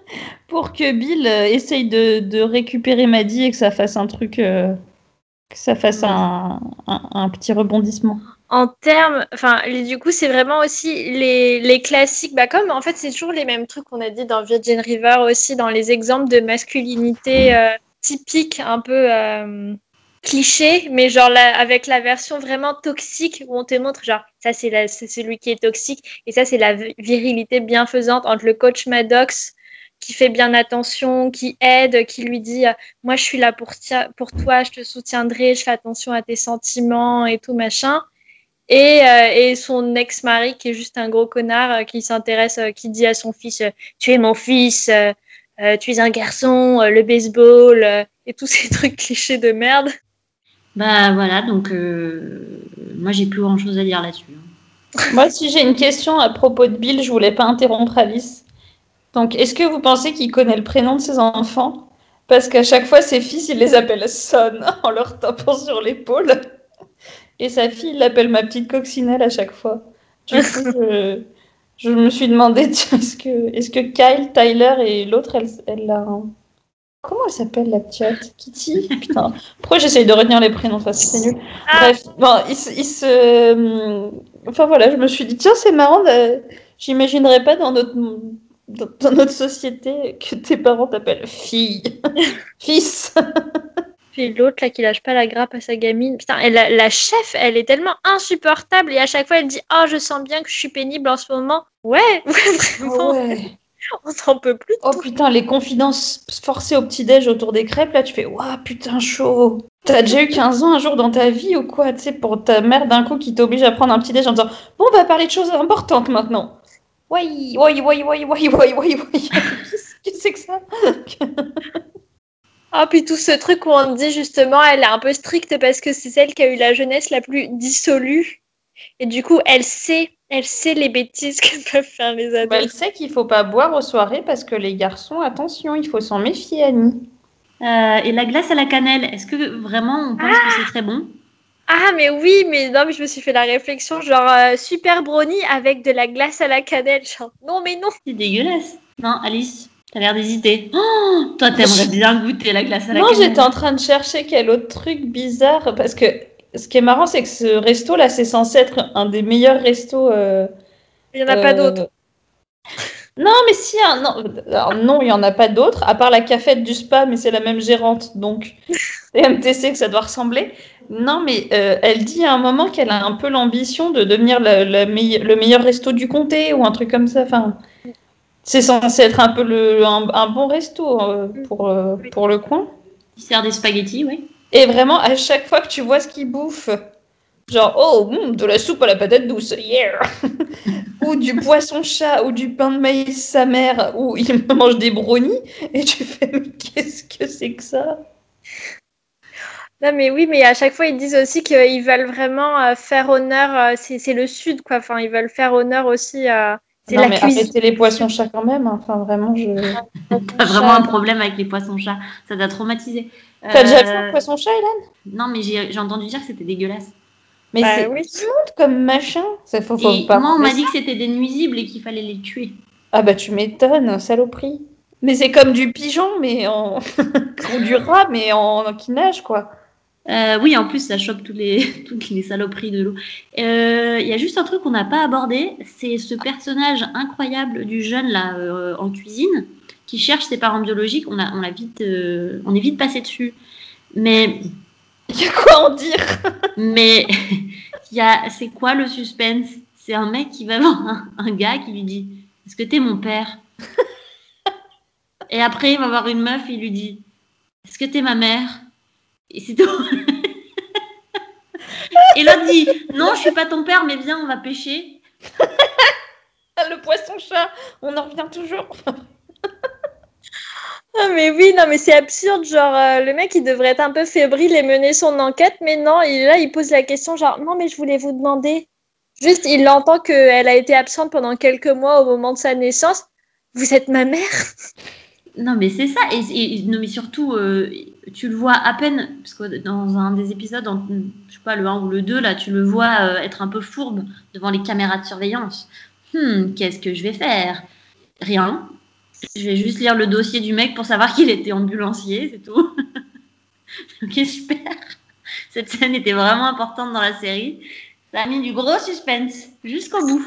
pour que Bill euh, essaye de, de récupérer Maddie et que ça fasse un truc, euh, que ça fasse un, un, un petit rebondissement. En termes, enfin, du coup, c'est vraiment aussi les, les classiques. Bah, comme en fait, c'est toujours les mêmes trucs qu'on a dit dans Virgin River aussi, dans les exemples de masculinité euh, typique, un peu. Euh... cliché, mais genre la, avec la version vraiment toxique où on te montre genre ça c'est, la, c'est celui qui est toxique et ça c'est la virilité bienfaisante entre le coach Maddox qui fait bien attention, qui aide, qui lui dit euh, moi je suis là pour, tia- pour toi, je te soutiendrai, je fais attention à tes sentiments et tout machin et, euh, et son ex-mari qui est juste un gros connard euh, qui s'intéresse, euh, qui dit à son fils euh, tu es mon fils, euh, euh, tu es un garçon, euh, le baseball euh, et tous ces trucs clichés de merde. Bah voilà, donc euh, moi j'ai plus grand chose à dire là-dessus. Moi, si j'ai une question à propos de Bill, je voulais pas interrompre Alice. Donc, est-ce que vous pensez qu'il connaît le prénom de ses enfants ? Parce qu'à chaque fois, ses fils, il les appelle Son en leur tapant sur l'épaule. Et sa fille, il l'appelle ma petite coccinelle à chaque fois. Du coup, je, je me suis demandé, tiens, est-ce que, est-ce que Kyle, Tyler et l'autre, elle, elle a un... Comment elle s'appelle la petite Kitty ? Putain, pourquoi j'essaye de retenir les prénoms ? Enfin, c'est nul. Bref, bon, il se, il se... Enfin voilà, je me suis dit, tiens, c'est marrant, de... j'imaginerais pas dans notre... dans notre société que tes parents t'appellent fille, fils. Puis l'autre là qui lâche pas la grappe à sa gamine. Putain, et la, la chef, elle est tellement insupportable et à chaque fois elle dit « Oh, je sens bien que je suis pénible en ce moment. » Ouais, ouais, vraiment. Oh ouais. On s'en peut plus. Oh putain, les confidences forcées au petit-déj autour des crêpes, là, tu fais « Ouah, putain, chaud !» T'as déjà eu quinze ans un jour dans ta vie ou quoi ? Tu sais, pour ta mère d'un coup qui t'oblige à prendre un petit-déj en disant « Bon, on va parler de choses importantes maintenant. » Oui, oui, oui, oui, oui, oui, oui, oui. Qu'est-ce que c'est que ça ? Ah, puis tout ce truc où on dit justement, elle est un peu stricte parce que c'est celle qui a eu la jeunesse la plus dissolue. Et du coup, elle sait, elle sait les bêtises que peuvent faire les ados. Bah, elle sait qu'il faut pas boire aux soirées parce que les garçons, attention, il faut s'en méfier, Annie. Euh, et la glace à la cannelle, est-ce que vraiment on pense ah que c'est très bon ? Ah, mais oui, mais non, mais je me suis fait la réflexion, genre euh, super brownie avec de la glace à la cannelle. Genre, non, mais non. C'est dégueulasse. Non, Alice, t'as l'air d'hésiter. Oh, toi, t'aimerais bien goûter la glace à la non, cannelle. Non, j'étais en train de chercher quel autre truc bizarre parce que ce qui est marrant, c'est que ce resto-là, c'est censé être un des meilleurs restos. Euh, il n'y en a euh... pas d'autres. Non, mais si, hein, non, alors, non, il n'y en a pas d'autres, à part la cafette du spa, mais c'est la même gérante, donc c'est M T C que ça doit ressembler. Non, mais euh, elle dit à un moment qu'elle a un peu l'ambition de devenir la, la meille- le meilleur resto du comté ou un truc comme ça. Enfin, c'est censé être un peu le, un, un bon resto euh, pour, euh, pour le coin. Il sert des spaghettis, oui. Et vraiment, à chaque fois que tu vois ce qu'il bouffe, genre, oh, mm, de la soupe à la patate douce, yeah. Ou du poisson-chat, ou du pain de maïs sa mère, ou il mange des brownies, et tu fais, mais qu'est-ce que c'est que ça ? Non, mais oui, mais à chaque fois, ils disent aussi qu'ils veulent vraiment euh, faire honneur, euh, c'est, c'est le Sud, quoi. Enfin, ils veulent faire honneur aussi à... C'est non, la mais cuisine. Arrêtez les poissons-chats quand même, hein. Enfin, vraiment, je... T'as vraiment un problème avec les poissons-chats, ça t'a traumatisé. T'as euh... déjà vu un poisson-chat, Hélène ? Non, mais j'ai, j'ai entendu dire que c'était dégueulasse. Mais bah, c'est oui. immonde comme machin. Ça faut, faut et pas moi, on m'a ça. dit que c'était des nuisibles et qu'il fallait les tuer. Ah bah tu m'étonnes, saloperie. Mais c'est comme du pigeon, mais en... ou du rat, mais en, en qui nage, quoi. Euh, oui, en plus, ça chope tous les, toutes les saloperies de l'eau. Il euh, y a juste un truc qu'on n'a pas abordé, c'est ce personnage incroyable du jeune là euh, en cuisine qui cherche ses parents biologiques. On a, on a vite, euh, on est vite passé dessus. Mais il y a quoi en dire? Mais il y a, c'est quoi le suspense? C'est un mec qui va voir un, un gars qui lui dit est-ce que t'es mon père? Et après, il va voir une meuf et il lui dit est-ce que t'es ma mère? Et c'est tout. Et l'autre dit non, je suis pas ton père, mais viens, on va pêcher. Le poisson-chat, on en revient toujours. Ah mais oui, non mais c'est absurde, genre euh, le mec il devrait être un peu fébrile et mener son enquête, mais non, il, là il pose la question genre non mais je voulais vous demander. Juste il entend qu'elle a été absente pendant quelques mois au moment de sa naissance. Vous êtes ma mère? Non mais c'est ça, et, et non mais surtout euh, tu le vois à peine, parce que dans un des épisodes, en, je sais pas le un ou le deux là, tu le vois euh, être un peu fourbe devant les caméras de surveillance. Hmm, qu'est-ce que je vais faire? Rien. Je vais juste lire le dossier du mec pour savoir qu'il était ambulancier, c'est tout. Ok, super. Cette scène était vraiment importante dans la série. Ça a mis du gros suspense jusqu'au bout.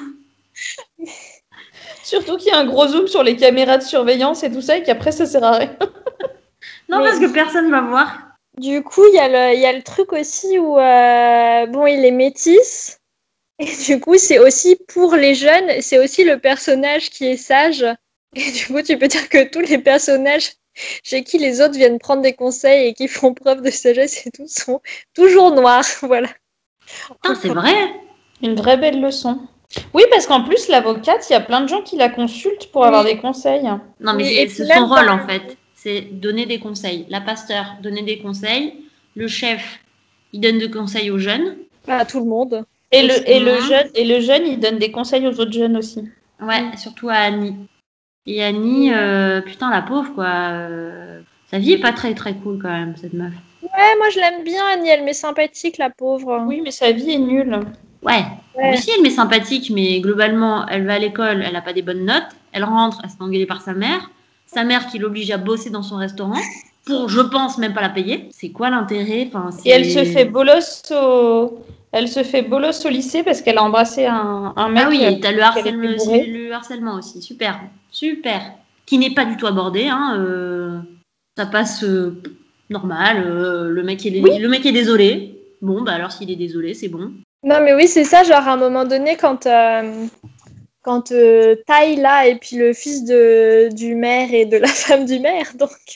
Surtout qu'il y a un gros zoom sur les caméras de surveillance et tout ça, et qu'après ça sert à rien. Non, mais... parce que personne va voir. Du coup, il y, y a le truc aussi où, euh, bon, il est métis. Et du coup, c'est aussi pour les jeunes, c'est aussi le personnage qui est sage. Et du coup, tu peux dire que tous les personnages chez qui les autres viennent prendre des conseils et qui font preuve de sagesse et tout sont toujours noirs. Voilà. Ah, c'est vrai. Une vraie belle leçon. Oui, parce qu'en plus, l'avocate, il y a plein de gens qui la consultent pour oui. avoir des conseils. Non, mais oui, c'est son rôle, en fait. C'est donner des conseils. La pasteur, donner des conseils. Le chef, il donne des conseils aux jeunes. À tout le monde. Et le, et, le jeune, et le jeune, il donne des conseils aux autres jeunes aussi. Ouais, mmh. Surtout à Annie. Et Annie, euh, putain, la pauvre, quoi. Euh, sa vie est pas très, très cool, quand même, cette meuf. Ouais, moi, je l'aime bien, Annie. Elle m'est sympathique, la pauvre. Oui, mais sa vie est nulle. Ouais. ouais. Aussi, elle m'est sympathique, mais globalement, elle va à l'école, elle a pas des bonnes notes. Elle rentre, elle se fait engueuler par sa mère. Sa mère qui l'oblige à bosser dans son restaurant. Pour, je pense, même pas la payer. C'est quoi l'intérêt? Enfin, et elle se fait bolos au... Elle se fait bolos au lycée parce qu'elle a embrassé un, un mec. Ah oui, et t'as le harcèlement, le harcèlement aussi. Super, super. Qui n'est pas du tout abordé. Hein, euh, ça passe euh, normal. Euh, le, mec est, oui. le mec est désolé. Bon, bah alors s'il est désolé, c'est bon. Non, mais oui, c'est ça. Genre, à un moment donné, quand, euh, quand euh, Tai, là, et puis le fils de, du maire et de la femme du maire, donc,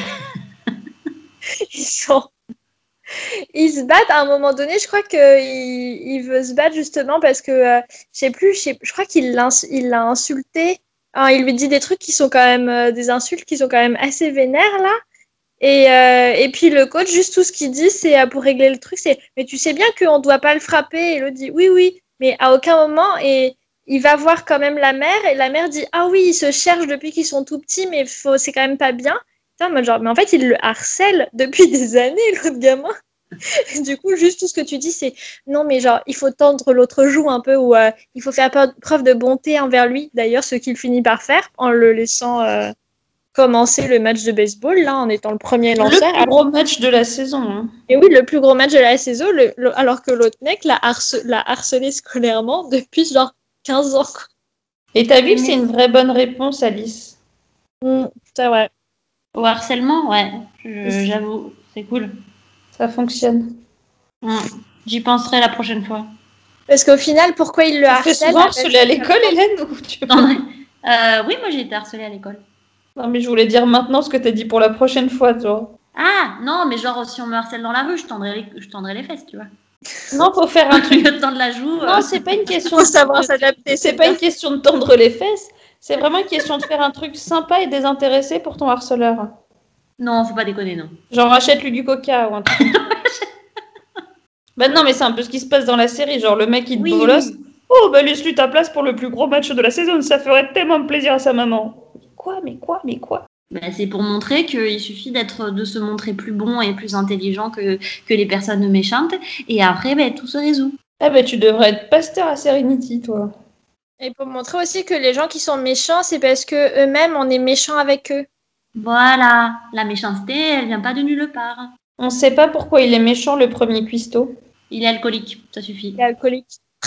ils sont... Ils se battent à un moment donné, je crois qu'il il veut se battre justement parce que, euh, je sais plus, je, sais, je crois qu'il l'a, il l'a insulté. Hein, il lui dit des trucs qui sont quand même, euh, des insultes qui sont quand même assez vénères là. Et, euh, et puis le coach, juste tout ce qu'il dit, c'est euh, pour régler le truc, c'est mais tu sais bien qu'on ne doit pas le frapper. Et l'autre dit oui, oui, mais à aucun moment. Et il va voir quand même la mère et la mère dit ah oui, ils se cherchent depuis qu'ils sont tout petits, mais faut, c'est quand même pas bien. Moi, genre, mais en fait, il le harcèle depuis des années, l'autre gamin. Et du coup, juste tout ce que tu dis, c'est non, mais genre, il faut tendre l'autre joue un peu, ou euh, il faut faire preuve de bonté envers lui. D'ailleurs, ce qu'il finit par faire en le laissant euh, commencer le match de baseball, là, en étant le premier lanceur. Le plus gros match de la saison. Hein. Et oui, le plus gros match de la saison, le, le, alors que l'autre mec l'a, harce, l'a harcelé scolairement depuis genre quinze ans. Quoi. Et t'as vu que c'est une vraie bonne réponse, Alice? mmh, C'est vrai. Au harcèlement, ouais, je, j'avoue, c'est cool. Ça fonctionne. Mmh. J'y penserai la prochaine fois. Parce qu'au final, pourquoi il le harcèle? Tu fais souvent harceler à l'école, Hélène ou tu... non, euh, Oui, moi j'ai été harcelée à l'école. Non, mais je voulais dire maintenant ce que t'as dit pour la prochaine fois, toi. Ah, non, mais genre si on me harcèle dans la rue, je tendrai les, je tendrai les fesses, tu vois. Non, faut faire un truc. Le temps de la joue. Non, euh... c'est pas une question de savoir s'adapter. C'est pas une question de tendre les fesses. C'est vraiment une question de faire un truc sympa et désintéressé pour ton harceleur. Non, faut pas déconner, non. Genre, achète-lui du coca ou un truc. Bah non, mais c'est un peu ce qui se passe dans la série. Genre, le mec, il te oui, bolosse. Oui. Oh, bah laisse-lui ta place pour le plus gros match de la saison. Ça ferait tellement plaisir à sa maman. Quoi, mais quoi, mais quoi bah, c'est pour montrer qu'il suffit d'être, de se montrer plus bon et plus intelligent que, que les personnes méchantes. Et après, bah, tout se résout. Ah bah tu devrais être pasteur à Serenity, toi. Et pour montrer aussi que les gens qui sont méchants, c'est parce que eux-mêmes, on est méchants avec eux. Voilà, la méchanceté, elle vient pas de nulle part. On sait pas pourquoi il est méchant, le premier cuistot. Il est alcoolique, ça suffit. Il est alcoolique.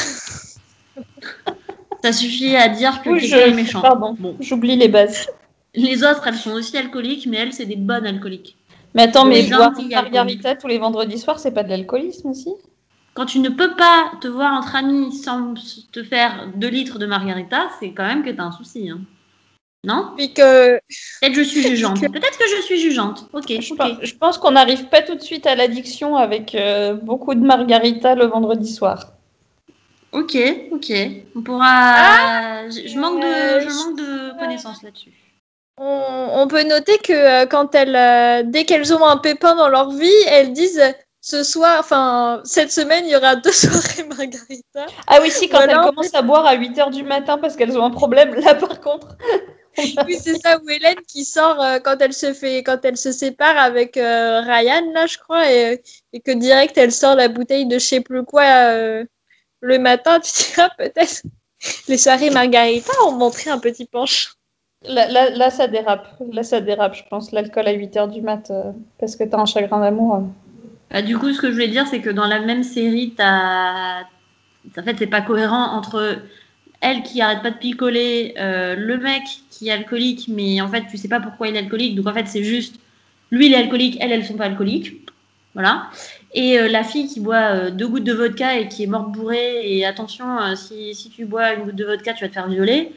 Ça suffit à dire que Oui, quelqu'un je... est méchant. Pardon, Bon. J'oublie les bases. Les autres, elles sont aussi alcooliques, mais elles, c'est des bonnes alcooliques. Mais attends, mais Les boire gentilles une margarita tous les vendredis soirs, c'est pas de l'alcoolisme aussi? Quand tu ne peux pas te voir entre amis sans te faire deux litres de margarita, c'est quand même que t'as un souci. Hein. Non? Puis que... Peut-être je suis jugeante. Que... Peut-être que je suis jugeante. Ok, je ok. Pense, je pense qu'on n'arrive pas tout de suite à l'addiction avec euh, beaucoup de margarita le vendredi soir. Ok, ok. On pourra... Ah, je, je, manque de, je manque de connaissances là-dessus. On, on peut noter que euh, quand elles, euh, dès qu'elles ont un pépin dans leur vie, elles disent ce soir, enfin cette semaine, il y aura deux soirées margarita. Ah oui, si, quand voilà, elles commencent à boire à huit heures du matin parce qu'elles ont un problème, là par contre. Oui, c'est ça, où Hélène qui sort euh, quand elle se fait, quand elle se sépare avec euh, Ryan, là, je crois, et, et que direct elle sort la bouteille de je sais plus quoi euh, le matin. Tu te dis, ah, peut-être les soirées margarita ont montré un petit penchant. Là, là, là, ça dérape. Là, ça dérape, je pense. L'alcool à huit heures du mat, euh, parce que t'as un chagrin d'amour. Euh. Bah, du coup, ce que je voulais dire, c'est que dans la même série, t'as... En fait, c'est pas cohérent entre elle qui arrête pas de picoler, euh, le mec qui est alcoolique, mais en fait, tu sais pas pourquoi il est alcoolique. Donc, en fait, c'est juste, lui, il est alcoolique, elles, elles sont pas alcooliques. Voilà. Et euh, la fille qui boit euh, deux gouttes de vodka et qui est morte bourrée, et attention, euh, si, si tu bois une goutte de vodka, tu vas te faire violer.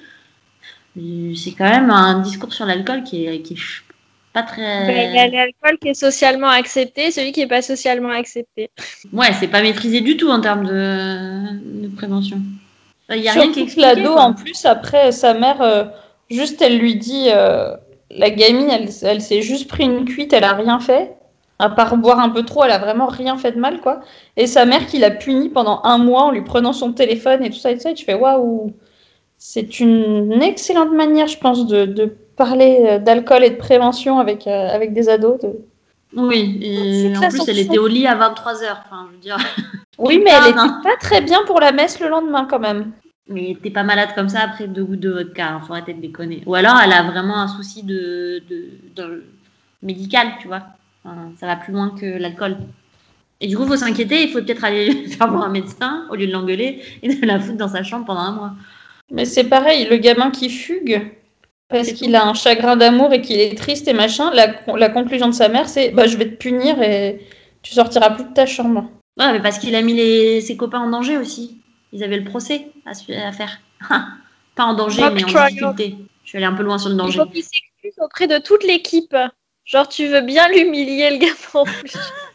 C'est quand même un discours sur l'alcool qui est, qui est pas très... Ben, il y a l'alcool qui est socialement accepté, celui qui n'est pas socialement accepté. Ouais, c'est pas maîtrisé du tout en termes de, de prévention. Il y a Surtout rien qui explique. L'ado, en plus, après, sa mère, euh, juste, elle lui dit... Euh, la gamine, elle, elle s'est juste pris une cuite, elle a rien fait. À part boire un peu trop, elle a vraiment rien fait de mal, quoi. Et sa mère qui l'a punie pendant un mois en lui prenant son téléphone et tout ça et tout ça, et tu fais waouh. C'est une excellente manière, je pense, de, de parler d'alcool et de prévention avec, euh, avec des ados. De... Oui, et en plus, elle était au lit à vingt-trois heures. Enfin, je veux dire... Oui, mais elle n'était pas très bien pour la messe le lendemain, quand même. Mais t'es pas malade comme ça après deux gouttes de vodka, hein, faut arrêter de déconner. Ou alors, elle a vraiment un souci de, de, de médical, tu vois. Enfin, ça va plus loin que l'alcool. Et du coup, il faut s'inquiéter, il faut peut-être aller faire voir un médecin au lieu de l'engueuler et de la foutre dans sa chambre pendant un mois. Mais c'est pareil, le gamin qui fugue parce qu'il a un chagrin d'amour et qu'il est triste et machin, la, la conclusion de sa mère, c'est bah, « je vais te punir et tu sortiras plus de ta chambre ». Ouais, mais parce qu'il a mis les, ses copains en danger aussi. Ils avaient le procès à, à faire. Pas en danger, Rock mais en trial. difficulté. Je suis allée un peu loin sur le danger. Il faut qu'il s'excuse auprès de toute l'équipe. Genre, tu veux bien l'humilier, le gamin, en plus.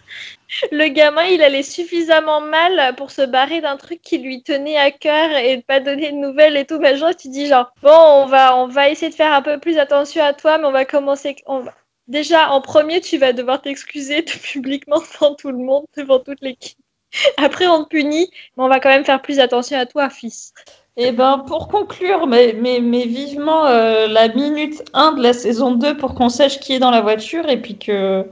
Le gamin, il allait suffisamment mal pour se barrer d'un truc qui lui tenait à cœur et de pas donner de nouvelles et tout. Mais genre, tu dis genre, bon, on va, on va essayer de faire un peu plus attention à toi, mais on va commencer... On va... Déjà, en premier, tu vas devoir t'excuser publiquement devant tout le monde, devant toute l'équipe. Après, on te punit, mais on va quand même faire plus attention à toi, fils. Et ben, pour conclure, mais, mais, mais vivement euh, la minute un de la saison deux pour qu'on sache qui est dans la voiture et puis que...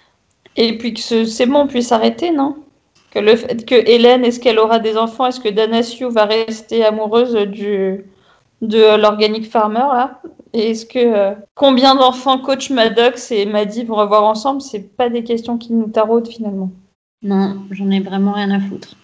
Et puis que ce, c'est bon, on puisse arrêter, non? Que le fait que Hélène, est-ce qu'elle aura des enfants? Est-ce que Dana Sue va rester amoureuse du, de l'Organic Farmer, là? Et est-ce que euh, combien d'enfants coach Maddox et Maddie vont avoir ensemble? C'est pas des questions qui nous taraudent, finalement. Non, j'en ai vraiment rien à foutre.